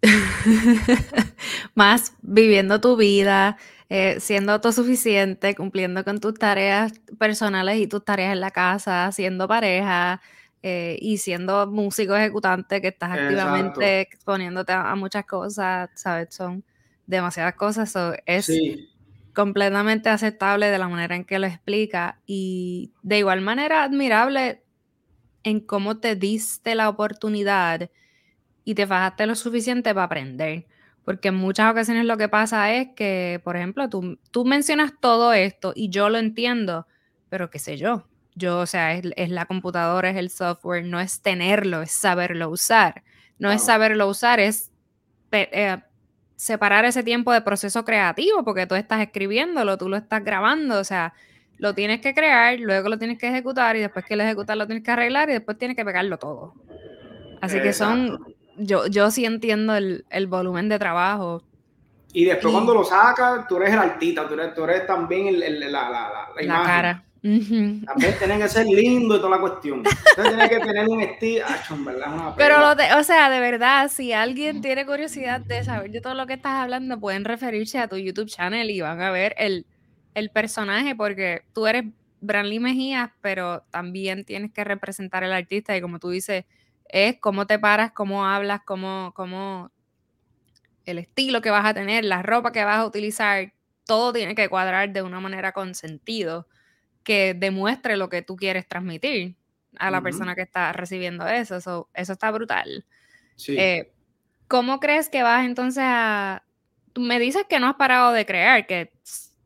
Más viviendo tu vida, siendo autosuficiente, cumpliendo con tus tareas personales y tus tareas en la casa, siendo pareja y siendo músico ejecutante que estás Exacto. activamente exponiéndote a muchas cosas, ¿sabes? Son demasiadas cosas. Es Sí. completamente aceptable de la manera en que lo explica y de igual manera admirable en cómo te diste la oportunidad y te fajaste lo suficiente para aprender. Porque en muchas ocasiones lo que pasa es que, por ejemplo, tú mencionas todo esto y yo lo entiendo, pero qué sé yo. Yo, o sea, es la computadora, es el software, no es tenerlo, es saberlo usar. No es Claro. saberlo usar, es separar ese tiempo de proceso creativo, porque tú estás escribiéndolo, tú lo estás grabando, o sea, lo tienes que crear, luego lo tienes que ejecutar y después que lo ejecutas lo tienes que arreglar y después tienes que pegarlo todo. Así que Exacto. yo sí entiendo el volumen de trabajo. Y después cuando Y lo sacas, tú eres el artista, tú eres también la la imagen. cara. Ujú. También tiene que ser lindo y toda la cuestión. Entonces tiene que tener un estilo, en verdad es una Pero, pela. o sea, de verdad, si alguien tiene curiosidad de saber de todo lo que estás hablando, pueden referirse a tu YouTube channel y van a ver el personaje, porque tú eres Branly Mejías, pero también tienes que representar al artista y como tú dices, es cómo te paras, cómo hablas, cómo el estilo que vas a tener, la ropa que vas a utilizar, todo tiene que cuadrar de una manera con sentido que demuestre lo que tú quieres transmitir a la persona que está recibiendo eso. Eso está brutal. Sí. Eh, ¿Cómo crees que vas entonces a... Tú me dices que no has parado de crear, que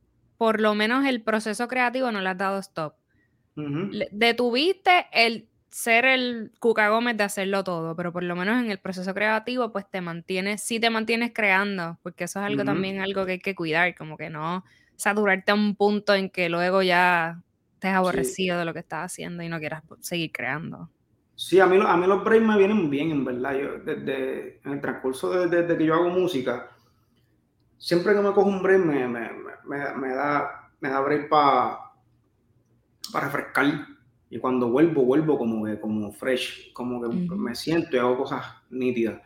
por lo menos el proceso creativo no le has dado stop. Uh -huh. Detuviste ser el Cuca Gómez de hacerlo todo, pero por lo menos en el proceso creativo, pues sí te mantienes creando, porque eso es algo también, algo que hay que cuidar, como que no saturarte a un punto en que luego ya estés Sí. aborrecido de lo que estás haciendo y no quieras seguir creando. Sí, a mí los breaks me vienen bien, en verdad. Yo, en el transcurso desde que yo hago música, siempre que me cojo un break me da break para refrescar. Y cuando vuelvo como fresh, como que me siento y hago cosas nítidas.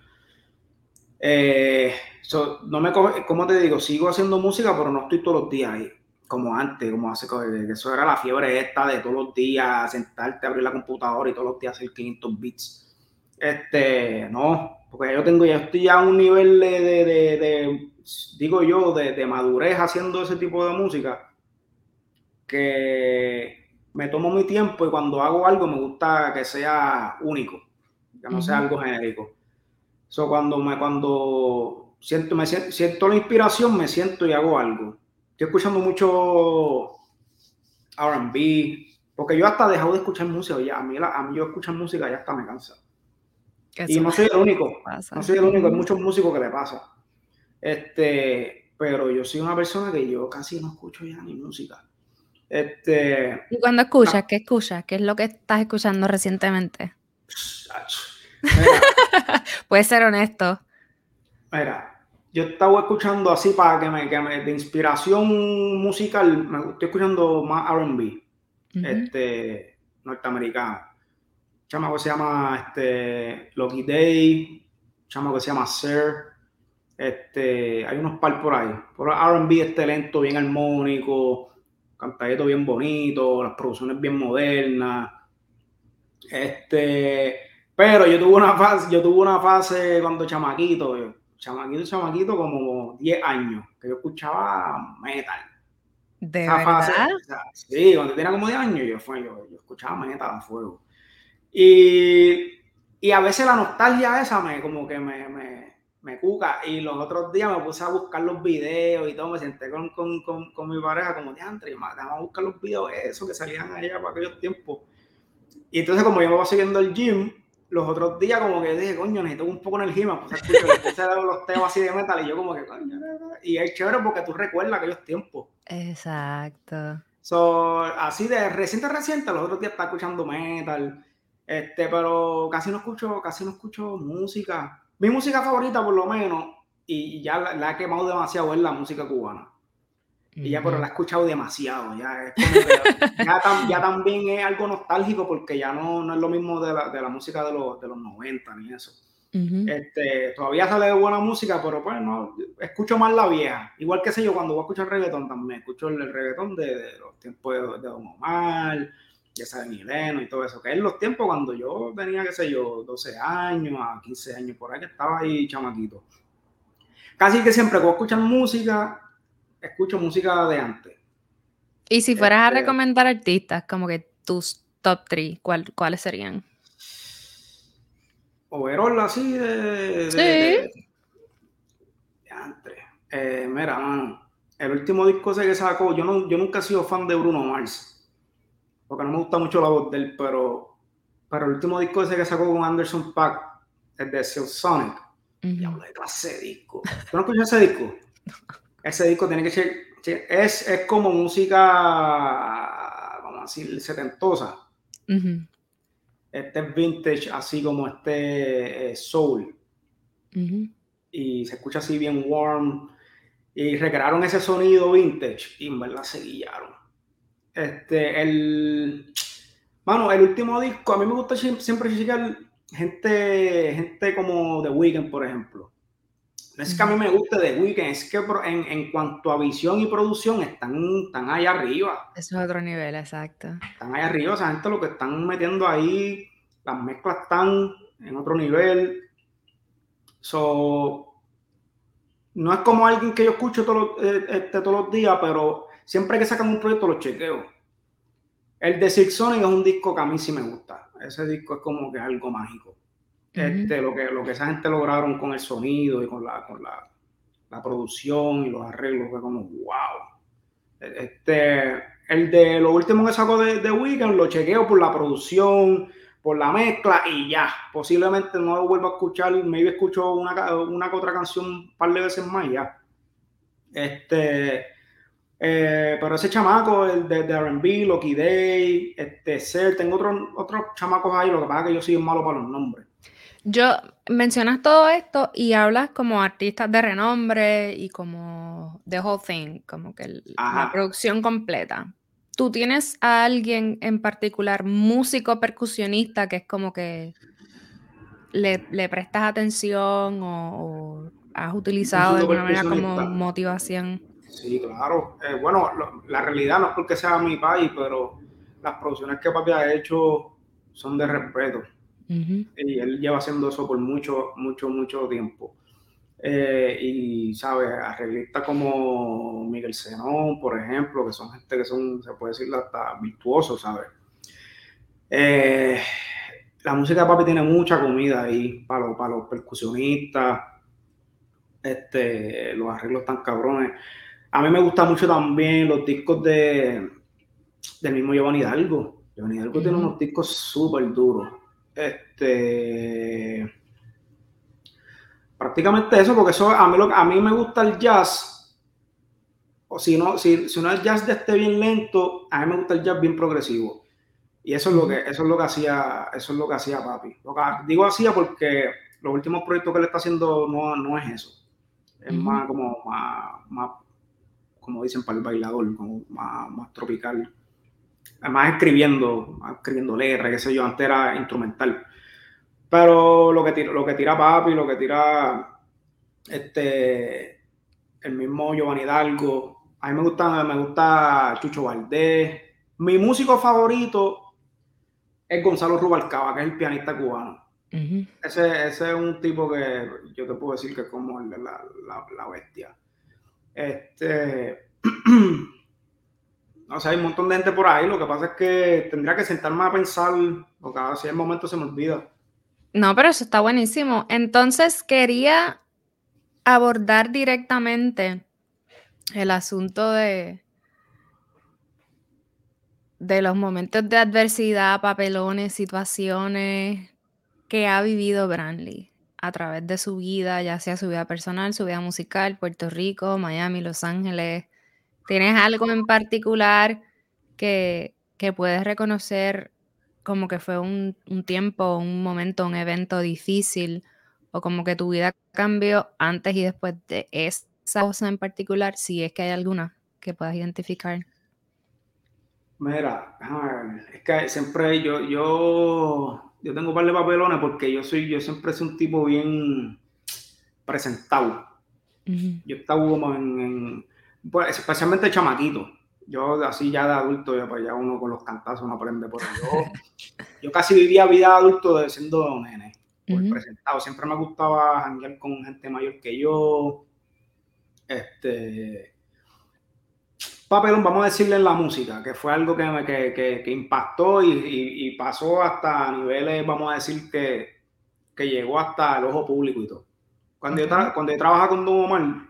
No me coge, como te digo, sigo haciendo música, pero no estoy todos los días ahí, como antes, como hace que eso era la fiebre esta de todos los días sentarte, abrir la computadora y todos los días hacer 500 beats. No, porque yo estoy ya a un nivel digo yo, de madurez haciendo ese tipo de música, que me tomo mi tiempo y cuando hago algo me gusta que sea único, que no sea algo genérico. Cuando siento la inspiración, me siento y hago algo. Estoy escuchando mucho R&B, porque yo hasta he dejado de escuchar música. Ya, a mí yo escuchar música ya hasta me cansa. Y Eso no soy el único, pasa. no soy el único, hay muchos músicos que le pasa. Pero yo soy una persona que yo casi no escucho ya ni música. ¿Y cuando escuchas, qué escuchas? ¿Qué es lo que estás escuchando recientemente? Mira, Puedes ser honesto. Mira, yo estaba escuchando así para de inspiración musical, estoy escuchando más R&B, norteamericano. Un chamaco que se llama Lucky Day, un chamaco que se llama Sir, hay unos par por ahí. Por R&B lento, bien armónico, cantadito bien bonito, las producciones bien modernas. Pero yo tuve una fase cuando chamaquito como 10 años, que yo escuchaba metal. ¿De Esa fase, verdad? o sea, sí, cuando tenía como 10 años yo escuchaba metal a fuego. Y a veces la nostalgia esa me cuca. Y los otros días me puse a buscar los videos y todo, me senté con mi pareja como diantre, déjame a buscar los videos esos que salían allá para aquellos tiempos. Y entonces, como yo me voy siguiendo el gym, los otros días como que dije, coño, necesito un poco de energía, me puse a escuchar los temas así de metal y yo como que, coño, y es chévere porque tú recuerdas aquellos tiempos. Exacto. Así de reciente, los otros días estaba escuchando metal, pero casi no escucho música. Mi música favorita, por lo menos, y ya la he quemado demasiado, es la música cubana. Y ya, pero la he escuchado demasiado. Ya es como que ya también es algo nostálgico porque ya no es lo mismo de la música de los 90 ni eso. Todavía sale de buena música, pero pues no, escucho más la vieja. Igual que sé yo, cuando voy a escuchar reggaetón también, escucho el reggaetón de los tiempos de Don Omar, ya saben, Mileno y todo eso, que es los tiempos cuando yo tenía, qué sé yo, 12 años a 15 años, por ahí que estaba ahí chamaquito. Casi que siempre que voy a escuchar música, escucho música de antes. Y si fueras a recomendar artistas, como que tus top 3, ¿cuáles serían? Overall así Sí. de antes. Mira, mano, el último disco ese que sacó, yo nunca he sido fan de Bruno Mars, porque no me gusta mucho la voz de él, pero el último disco ese que sacó con Anderson .Paak, el de Silk Sonic, diablo de clase de disco. ¿Tú no escuchas ese disco? Ese disco tiene que ser, es como música, vamos a decir, setentosa. Este es vintage, así como soul. Y se escucha así bien warm. Y recrearon ese sonido vintage y en verdad se guillaron. Mano, el último disco, a mí me gusta siempre checar gente como The Weeknd, por ejemplo. No es que a mí me guste The Weeknd, es que en cuanto a visión y producción están allá arriba. Eso es otro nivel, exacto. Están allá arriba, esa gente lo que están metiendo ahí, las mezclas están en otro nivel. No es como alguien que yo escucho todos los días, pero siempre que sacan un proyecto lo chequeo. El de Silk Sonic es un disco que a mí sí me gusta. Ese disco es como que es algo mágico. Lo que esa gente lograron con el sonido y con la producción y los arreglos fue como wow. El de lo último que sacó de Weeknd lo chequeo por la producción, por la mezcla y ya. Posiblemente no lo vuelvo a escuchar, maybe escucho una que otra canción un par de veces más y ya. Pero ese chamaco, el de R&B, Lucky Day, Ser, tengo otros chamacos ahí, lo que pasa es que yo soy malo para los nombres. Mencionas todo esto y hablas como artistas de renombre y como the whole thing, como que la producción completa. ¿Tú tienes a alguien en particular, músico, percusionista, que es como que le prestas atención o has utilizado de Músico alguna manera como percusionista. motivación? Sí, claro. Bueno, la realidad no es porque sea mi país, pero las producciones que papi ha hecho son de respeto. Uh-huh. Y él lleva haciendo eso por mucho, mucho, mucho tiempo. Y, ¿sabes? Arreglistas como Miguel Zenón, por ejemplo, que son gente que son, se puede decir, hasta virtuosos, ¿sabes? La música de papi tiene mucha comida ahí para los percusionistas, los arreglos tan cabrones. A mí me gustan mucho también los discos del mismo Giovanni Hidalgo. Giovanni Hidalgo tiene unos discos súper duros. Prácticamente eso, porque eso a mí me gusta el jazz, o si no es jazz de bien lento, a mí me gusta el jazz bien progresivo. Y eso es lo que hacía papi. Digo hacía porque los últimos proyectos que él está haciendo no es eso. Es más como dicen, para el bailador, como más tropical. Más escribiendo letras, qué sé yo, antes era instrumental. Pero lo que tira papi, lo que tira el mismo Giovanni Hidalgo, a mí me gusta Chucho Valdés. Mi músico favorito es Gonzalo Rubalcaba, que es el pianista cubano. Uh-huh. Ese es un tipo que yo te puedo decir que es como la bestia. O sea, hay un montón de gente por ahí. Lo que pasa es que tendría que sentarme a pensar, porque a veces el momento se me olvida. No, pero eso está buenísimo. Entonces quería abordar directamente el asunto de los momentos de adversidad, papelones, situaciones que ha vivido Brantley a través de su vida, ya sea su vida personal, su vida musical, Puerto Rico, Miami, Los Ángeles. ¿Tienes algo en particular que puedes reconocer como que fue un tiempo, un momento, un evento difícil, o como que tu vida cambió antes y después de esa cosa en particular, si es que hay alguna que puedas identificar? Mira, es que siempre yo tengo un par de papelones porque yo siempre soy un tipo bien presentado. Uh-huh. Yo estaba como pues, especialmente chamaquito. Yo así ya de adulto, ya uno con los cantazos no aprende, pero yo casi vivía vida de adulto de siendo nene, por Uh-huh. presentado. Siempre me gustaba janguear con gente mayor que yo. Papelón, vamos a decirle en la música, que fue algo que impactó y pasó hasta niveles, vamos a decir, que llegó hasta el ojo público y todo. Cuando yo trabajaba con Don Omar,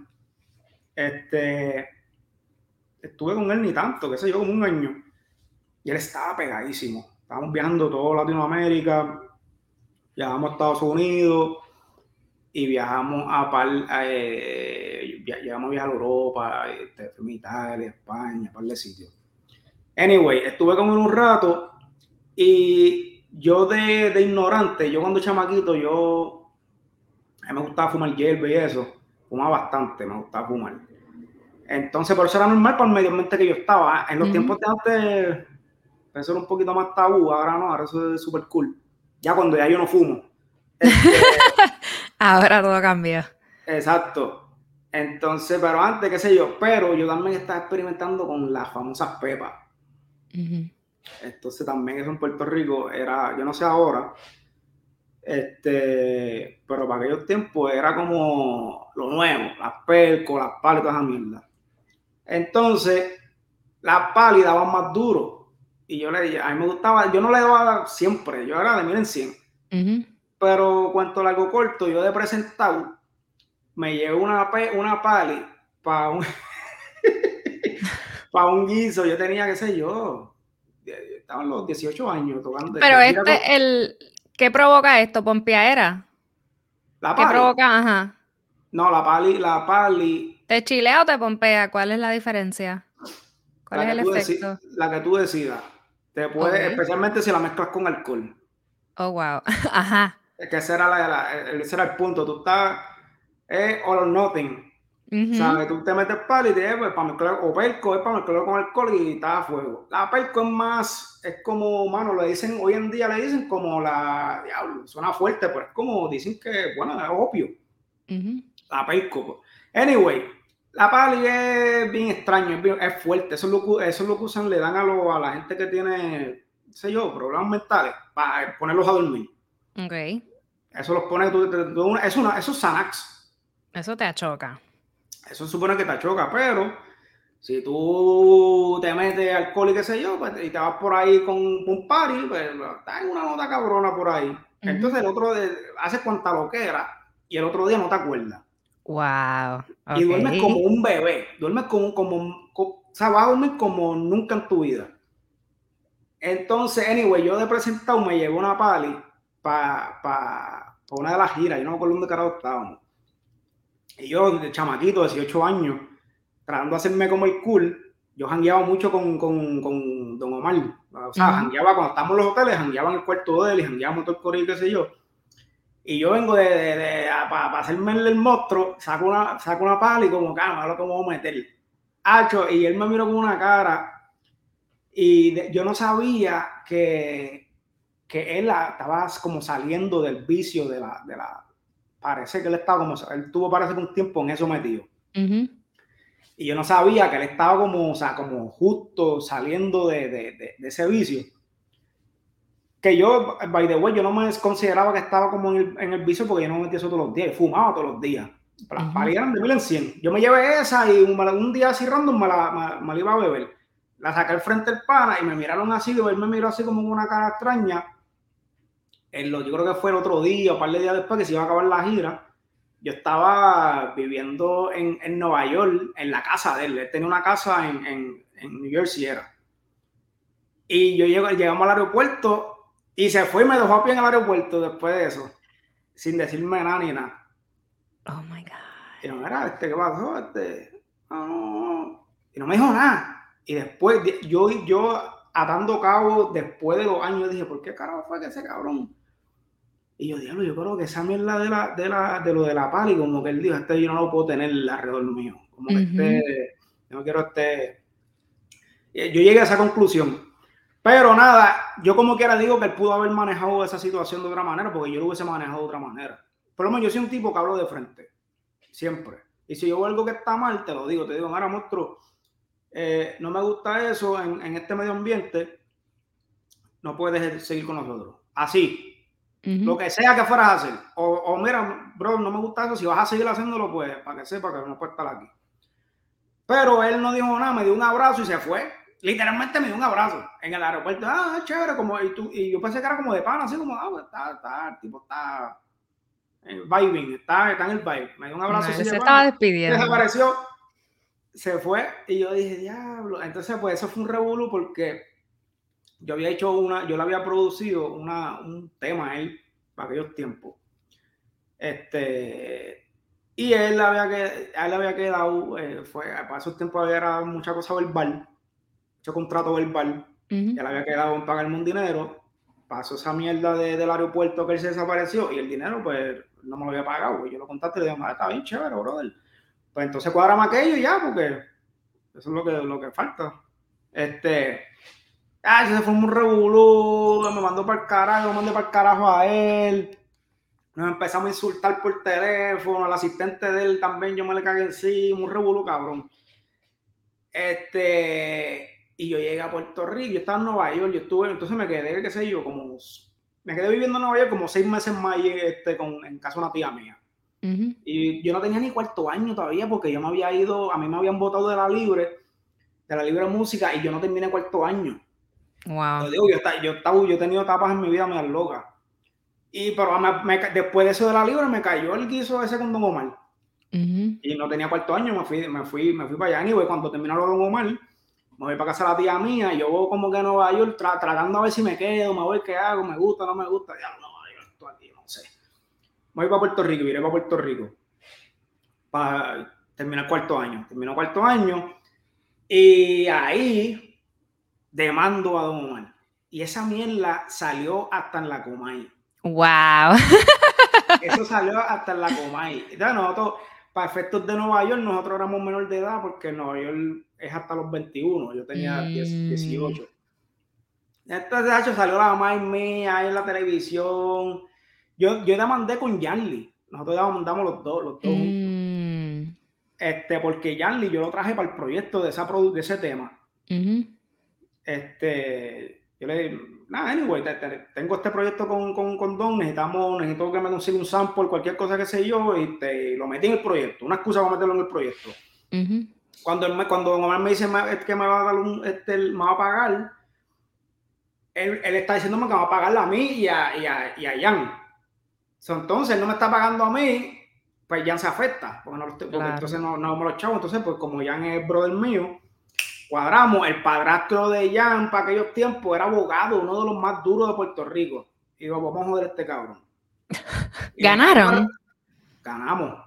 estuve con él ni tanto, qué sé yo, como un año. Y él estaba pegadísimo. Estábamos viajando todo Latinoamérica, viajamos a Estados Unidos y viajamos llegamos a viajar a Europa, Italia, España, par de sitios. Anyway, estuve con él un rato y yo de ignorante, yo cuando chamaquito, a mí me gustaba fumar hierba y eso, fumaba bastante, me gustaba fumar. Entonces, por eso era normal para el medio ambiente que yo estaba. En los tiempos de antes, eso era un poquito más tabú, ahora no, ahora eso es súper cool. Ya cuando ya yo no fumo. Ahora todo cambia. Exacto. Entonces, pero antes, qué sé yo, pero yo también estaba experimentando con las famosas pepas. Uh-huh. Entonces también eso en Puerto Rico era, yo no sé ahora, pero para aquellos tiempos era como lo nuevo, las percos, las palas y toda esa mierda. Entonces, las palas daban más duro. Y yo le dije, a mí me gustaba, yo no le daba siempre, yo era de 1000 en 100. Uh-huh. Pero cuanto largo corto, yo de presentado, me llevo una pali para un, pa un guiso. Yo tenía, qué sé yo, estaba en los 18 años tocando. Pero ¿qué provoca esto? ¿Pompeadera? La ¿Qué pali. provoca? Ajá. No, la pali. ¿Te chilea o te pompea? ¿Cuál es la diferencia? ¿Cuál es el efecto? La que tú decidas. Te puede, Ok. especialmente si la mezclas con alcohol. Oh, wow. Ajá. Es que ese era el punto. Tú estás all or nothing. Ujú. ¿Sabes? Tú te metes pali y pues, para mezclar, o perco, es para mezclarlo con alcohol y está a fuego. La perco es más, es como, mano, le dicen, hoy en día le dicen como diablo, suena fuerte, pero es como, dicen que, bueno, es opio. Ujú. La perco. Anyway, la pali es bien extraño, es fuerte. Eso es lo que usan, le dan a la gente que tiene, no sé yo, problemas mentales, para ponerlos a dormir. Ok. Eso los pone, eso es Xanax. Eso te achoca. Eso supone que te choca, pero si tú te metes alcohol y qué sé yo, pues, y te vas por ahí con un party, pues estás en una nota cabrona por ahí. Ujú. Entonces el otro hace cuanta loquera y el otro día no te acuerdas. Wow. Y Ok. duermes como un bebé, duermes o sea, vas a dormir como nunca en tu vida. Entonces, anyway, yo de presentado me llevé una pali para una de las giras, yo no me acuerdo dónde carajo estábamos. Y yo, de chamaquito, de 18 años, tratando de hacerme como el cool, yo jangueaba mucho con Don Omar. O sea, Ujú. jangueaba cuando estábamos en los hoteles, jangueaba en el cuarto de él y jangueábamos todo el corrido, qué sé yo. Y yo vengo para hacerme el monstruo, saco una pala y como, cámara, lo que me voy a meter. Hacho, y él me miró con una cara y yo no sabía que él estaba como saliendo del vicio parece que él estaba como, él tuvo parece que un tiempo en eso metido. Ujú. Y yo no sabía que él estaba como, o sea, como justo saliendo de ese vicio. Que yo, by the way, yo no me consideraba que estaba como en el vicio porque yo no me metía eso todos los días, yo fumaba todos los días. Las Ujú. palas eran de 1000 en 100. Yo me llevé esa y un día así random me la iba a beber. La saqué al frente del pana y me miraron así, y él me miró así como con una cara extraña. Yo creo que fue el otro día, un par de días después que se iba a acabar la gira. Yo estaba viviendo en Nueva York, en la casa de él. Él tenía una casa en New Jersey, era. Y llegamos al aeropuerto y se fue y me dejó a pie en el aeropuerto después de eso, sin decirme nada ni nada. Oh my God. Y no, era, ¿qué pasó? No. Y no me dijo nada. Y después, yo atando cabo, después de los años, dije, ¿por qué carajo fue que ese cabrón? Y yo, diablo, yo creo que esa mierda de lo de la pali, como que él dijo, yo no lo puedo tener alrededor mío. Como que Ujú. yo no quiero Yo llegué a esa conclusión. Pero nada, yo como quiera digo que él pudo haber manejado esa situación de otra manera, porque yo lo hubiese manejado de otra manera. Por lo menos yo soy un tipo que hablo de frente, siempre. Y si yo veo algo que está mal, te digo, mira, monstruo, no me gusta eso en este medio ambiente, no puedes seguir con nosotros. Así, lo Ujú. que sea que fueras a hacer. O mira, bro, no me gusta eso, si vas a seguir haciéndolo, pues, para que sepa que no puedes estar aquí. Pero él no dijo nada, me dio un abrazo y se fue. Literalmente me dio un abrazo en el aeropuerto. Ah, chévere, y yo pensé que era como de pana, así como, pues el tipo está vibing, está en el vibe. Me dio un No, abrazo así él de se estaba pana, despidiendo. desapareció, se fue, y yo dije, diablo. Entonces, pues eso fue un revuelo porque yo le había producido un tema a él para aquellos tiempos. Y a él le había quedado, para esos tiempos había mucha cosa verbal, mucho contrato verbal, Ujú. ya le había quedado en pagarme un dinero, pasó esa mierda del aeropuerto que él se desapareció y el dinero pues no me lo había pagado, pues yo lo contacté y le dije, está bien chévere, brother. Pues entonces cuadramos aquello y ya, porque eso es lo que falta. Se fue un revolú, me mandó para el carajo, lo mandé para el carajo a él. Nos empezamos a insultar por teléfono, al asistente de él también yo me le cagué encima, un revolú cabrón. Y yo llegué a Puerto Rico, yo estaba en Nueva York, entonces me quedé, qué sé yo, me quedé viviendo en Nueva York como 6 meses más en casa de una tía mía. Ujú. Y yo no tenía ni cuarto año todavía porque yo me había ido, a mí me habían votado de la libre música y yo no terminé cuarto año. Wow. Lo digo, yo he tenido etapas en mi vida muy locas. Pero después de eso de la libre me cayó el guiso ese con Don Omar. Ujú. Y no tenía cuarto año, me fui para allá. Y cuando terminaron Don Omar, me voy para casa de la tía mía, y yo voy como que a Nueva York tratando a ver si me quedo, me voy, qué hago, me gusta, no me gusta, ya no, yo estoy aquí, no sé. Me voy para Puerto Rico, iré para Puerto Rico para terminar cuarto año. Terminó cuarto año y ahí demando a Don Omar. Y esa mierda salió hasta en la Comay. Wow. Eso salió hasta en la Comay. Entonces nosotros, para efectos de Nueva York, nosotros éramos menor de edad porque en Nueva York es hasta los 21. Yo tenía 18. Entonces, de hecho, salió la mamá mía ahí en la televisión. Yo demandé con Yanli. Nosotros demandamos los dos juntos. Porque Yanli yo lo traje para el proyecto de ese tema. Yo le dije, nada, anyway, tengo este proyecto con Don, necesito que me consiga un sample, cualquier cosa que sé yo, y lo metí en el proyecto, una excusa para meterlo en el proyecto. Cuando Don Omar me dice que me va a dar me va a pagar, él está diciéndome que me va a pagarle a mí y a Jan. Entonces, él no me está pagando a mí, pues Jan se afecta, porque entonces no me lo echamos. Entonces, pues como Jan es brother mío, cuadramos. El padrastro de Jan para aquellos tiempos era abogado, uno de los más duros de Puerto Rico. Y digo, vamos a joder a este cabrón. ¿Ganaron? Ganamos.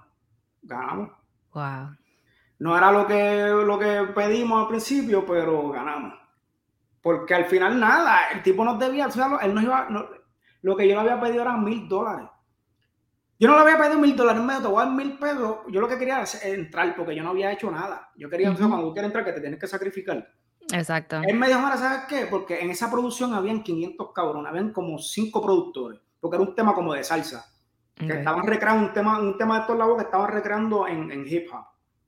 Wow. No era lo que pedimos al principio, pero ganamos. Porque al final nada, el tipo nos debía, o sea, él nos iba, lo que yo le había pedido eran $1,000. Yo no le había pedido $1,000, me te voy a dar $1,000. Yo lo que quería era entrar, porque yo no había hecho nada. Yo quería, o sea, cuando tú quieres entrar, que te tienes que sacrificar. Exacto. Él me dijo, ahora, ¿sabes qué? Porque en esa producción habían 500 cabrones, habían como 5 productores, porque era un tema como de salsa, que estaban recreando un tema de estos labos que estaban recreando en hip hop.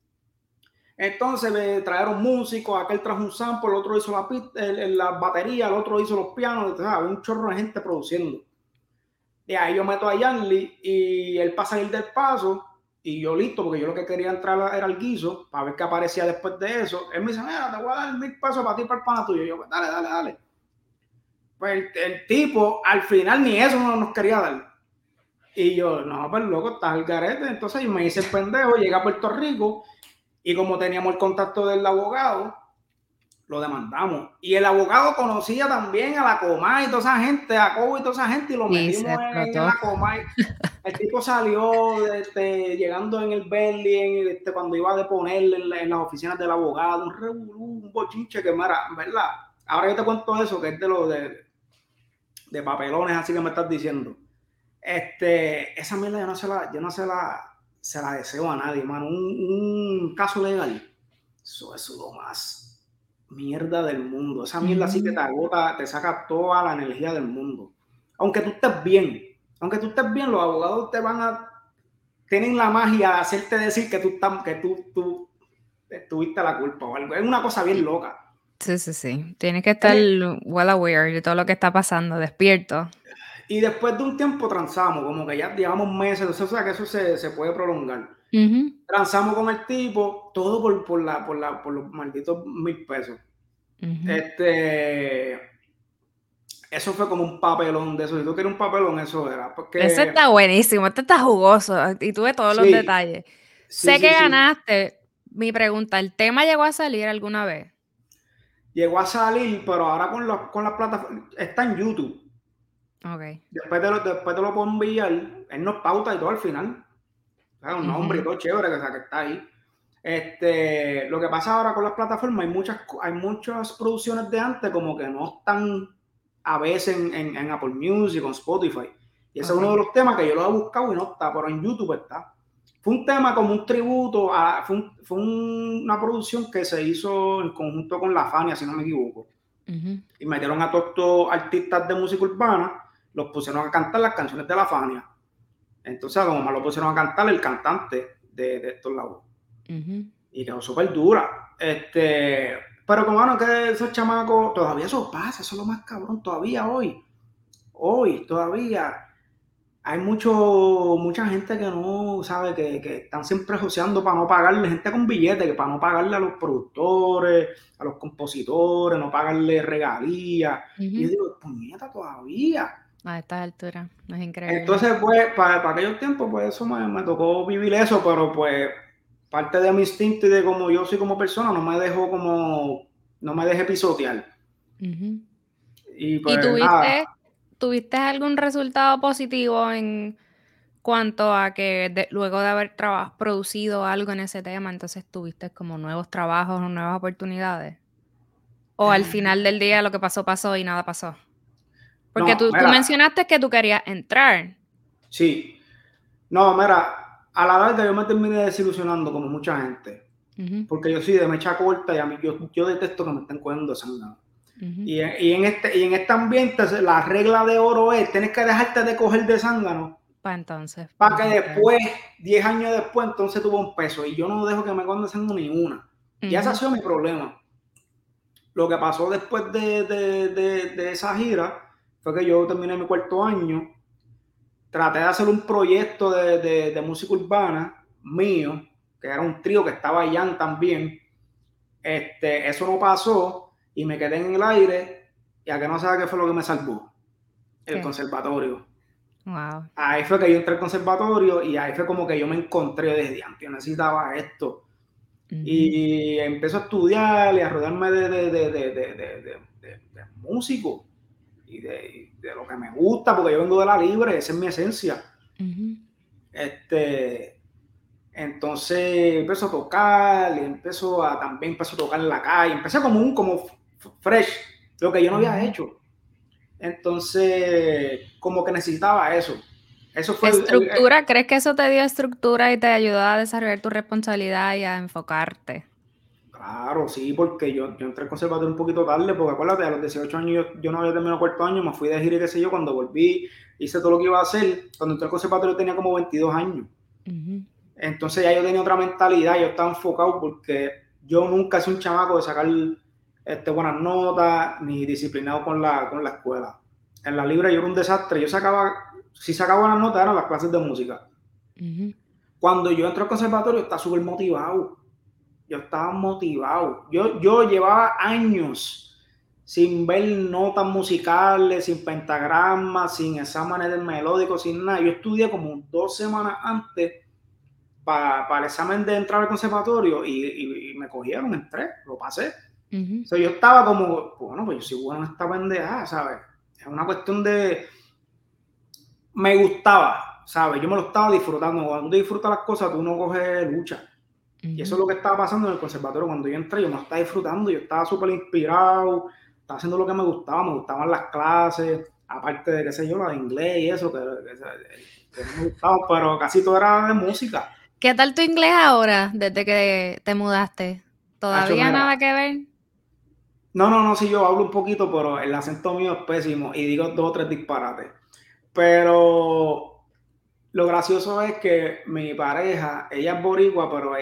Entonces me trajeron músicos, aquel trajo un sample, el otro hizo la batería, el otro hizo los pianos, entonces, había un chorro de gente produciendo. Y ahí yo meto a Yanli y él pasa a ir del paso y yo listo, porque yo lo que quería entrar era al guiso para ver qué aparecía después de eso. Él me dice, mira, te voy a dar $1,000 para ti, para el pana tuyo. Y yo, pues dale. Pues el tipo al final ni eso no nos quería dar. Y yo, no, pues loco, estás al garete. Entonces yo me hice el pendejo, llegué a Puerto Rico y como teníamos el contacto del abogado, lo demandamos. Y el abogado conocía también a la Comay y toda esa gente, a Cobo y toda esa gente, y lo metimos en la Comay. El tipo salió llegando en el Berlin, cuando iba a deponerle en las oficinas del abogado, un bochinche que mira, ¿verdad? Ahora yo te cuento eso, que es de lo de papelones, así que me estás diciendo. Esa mierda yo no se la deseo a nadie, mano. Un caso legal, eso es lo más mierda del mundo. Esa mierda sí que te agota, te saca toda la energía del mundo. Aunque tú estés bien, los abogados tienen la magia de hacerte decir que tú tuviste la culpa o algo. Es una cosa bien loca. Sí. Tienes que estar well aware de todo lo que está pasando, despierto. Y después de un tiempo transamos, como que ya llevamos meses, o sea que eso se puede prolongar. Transamos con el tipo, todo por los malditos $1,000. Eso fue como un papelón de eso. Si tú quieres un papelón, eso era. Porque... Ese está buenísimo, este está jugoso y tuve todos los detalles. Sé que ganaste. Mi pregunta, ¿el tema llegó a salir alguna vez? Llegó a salir, pero ahora con la plataforma, está en YouTube. Okay. Después te lo puedo enviar. Él nos pauta y todo al final. O sea, un nombre y todo chévere que está ahí. Lo que pasa ahora con las plataformas, hay muchas producciones de antes como que no están a veces en Apple Music, en Spotify. Y ese es uno de los temas que yo lo he buscado y no está, pero en YouTube está. Fue un tema como un tributo, fue una producción que se hizo en conjunto con La Fania, si no me equivoco. Y metieron a todos estos artistas de música urbana, los pusieron a cantar las canciones de La Fania. Entonces, como más lo pusieron a cantar el cantante de estos lados. Y quedó súper dura. Pero como bueno, que esos chamacos, todavía eso pasa, eso es lo más cabrón, todavía hoy todavía hay mucha gente que no sabe, que están siempre joseando para no pagarle, gente con billetes, que para no pagarle a los productores, a los compositores, no pagarle regalías. Y yo digo, puñeta, todavía. A estas alturas, no es increíble. Entonces, pues, para aquellos tiempos, pues eso me tocó vivir eso, pero pues parte de mi instinto y de cómo yo soy como persona no me dejó como no me dejé pisotear. Uh-huh. Y ¿Y pues nada. tuviste algún resultado positivo en cuanto a que luego de haber producido algo en ese tema, entonces tuviste como nuevos trabajos o nuevas oportunidades? ¿O al final del día lo que pasó, pasó y nada pasó? Porque No, tú mira, mencionaste que tú querías entrar. sí. No, mira, a la larga yo me terminé desilusionando como mucha gente. Uh-huh, Porque yo soy de mecha corta y a mí yo detesto que me estén cogiendo de sangre. uh-huh. Y en este ambiente la regla de oro es, tienes que dejarte de coger de zángano Para entonces para que brincar. después, 10 años después, entonces tuvo un peso. Y yo no dejo que me cojan de zángano ni una. Ya ese ha Uh-huh. sido mi problema. Lo que pasó después de esa gira fue que yo terminé mi cuarto año, traté de hacer un proyecto de música urbana mío, que era un trío que estaba Jan también. Eso no pasó y me quedé en el aire y a que no sabe qué fue lo que me salvó, el ¿Qué? conservatorio. Wow. Ahí fue que yo entré al conservatorio y ahí fue como que yo me encontré desde antes, yo necesitaba esto. Uh-huh. Y empecé a estudiar y a rodearme de músicos y de lo que me gusta, porque yo vengo de la libre, esa es mi esencia. Uh-huh. Entonces empezó a tocar y también empezó a tocar en la calle, empecé como fresh, lo que yo no había Uh-huh. hecho. Entonces, como que necesitaba eso. Eso fue Estructura, ¿crees que eso te dio estructura y te ayudó a desarrollar tu responsabilidad y a enfocarte? claro, sí, porque yo entré al conservatorio un poquito tarde, porque acuérdate, a los 18 años yo no había terminado cuarto año, me fui de gira y qué sé yo, cuando volví, hice todo lo que iba a hacer. Cuando entré al conservatorio tenía como 22 años. Uh-huh. Entonces ya yo tenía otra mentalidad, yo estaba enfocado porque yo nunca he sido un chamaco de sacar buenas notas ni disciplinado con la escuela. En la libre yo era un desastre, si sacaba buenas notas eran las clases de música. Uh-huh. Cuando yo entré al conservatorio estaba súper motivado, yo estaba motivado. Yo llevaba años sin ver notas musicales, sin pentagramas, sin exámenes del melódico, sin nada. Yo estudié como 2 semanas antes para el examen de entrar al conservatorio y me cogieron, entré, lo pasé. Uh-huh. O sea, yo estaba como, bueno, pues yo soy bueno en esta pendejada, ¿sabes? Es una cuestión de... Me gustaba, ¿sabes? Yo me lo estaba disfrutando. Cuando tú disfrutas las cosas, tú no coges lucha. Y eso es Uh-huh. lo que estaba pasando en el conservatorio. Cuando yo entré, yo me lo estaba disfrutando, yo estaba súper inspirado, estaba haciendo lo que me gustaban las clases, aparte de, qué sé yo, la de inglés y eso, que no me gustaba, pero casi todo era de música. ¿Qué tal tu inglés ahora, desde que te mudaste? Hacho, ¿Todavía mira, nada que ver? no, sí, yo hablo un poquito, pero el acento mío es pésimo y digo 2 o 3 disparates. Pero lo gracioso es que mi pareja, ella es boricua, pero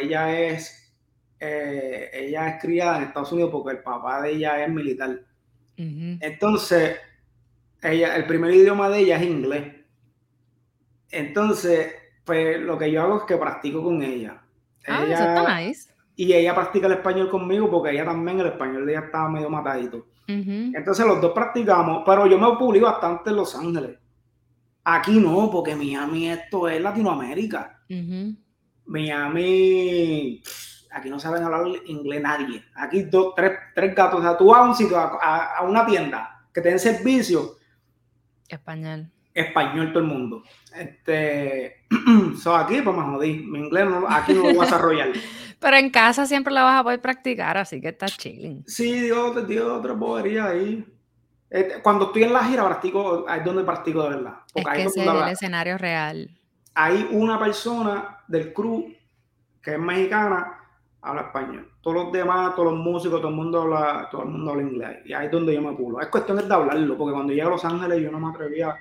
ella es criada en Estados Unidos porque el papá de ella es militar. Uh-huh. Entonces, el primer idioma de ella es inglés. Entonces, pues lo que yo hago es que practico con ella. Ah, eso está Ella, nice. y ella practica el español conmigo porque ella también, el español de ella estaba medio matadito. Uh-huh. Entonces los dos practicamos, pero yo me pulí bastante en Los Ángeles. Aquí no, porque Miami esto es Latinoamérica. Uh-huh. Miami, aquí no saben hablar inglés nadie. Aquí tres gatos. O sea, tú vas a un sitio, a una tienda que te den servicio, Español. español todo el mundo. Aquí pues me jodí. Mi inglés aquí no lo voy a desarrollar. Pero en casa siempre la vas a poder practicar, así que está chilling. Sí, digo otra bobería ahí. Cuando estoy en la gira, practico, ahí es donde practico de verdad. Es Porque ahí que todo el ese mundo es el habla. escenario real. Hay una persona del crew que es mexicana, habla español. Todos los demás, todos los músicos, todo el mundo habla inglés. Y ahí es donde yo me pulo. Es cuestión de hablarlo, porque cuando llegué a Los Ángeles yo no me atrevía.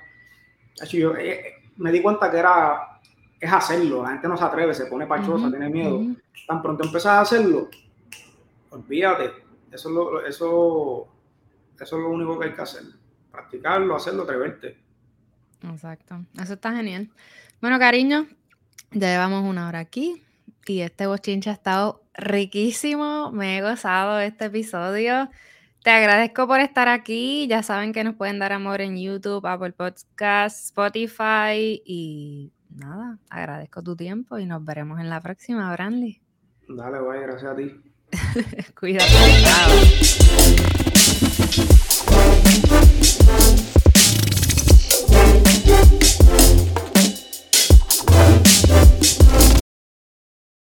Me di cuenta que es hacerlo. La gente no se atreve, se pone pachosa, Uh-huh. tiene miedo. Uh-huh. Tan pronto empezás a hacerlo, olvídate. Eso es lo único que hay que hacer. Practicarlo, hacerlo, atreverte. Exacto. Eso está genial. Bueno, cariño, ya llevamos 1 hora aquí y este bochinche ha estado riquísimo. Me he gozado este episodio. Te agradezco por estar aquí. Ya saben que nos pueden dar amor en YouTube, Apple Podcasts, Spotify y nada, agradezco tu tiempo y nos veremos en la próxima, Branly. Dale, vaya, gracias a ti. Cuídate. Chao.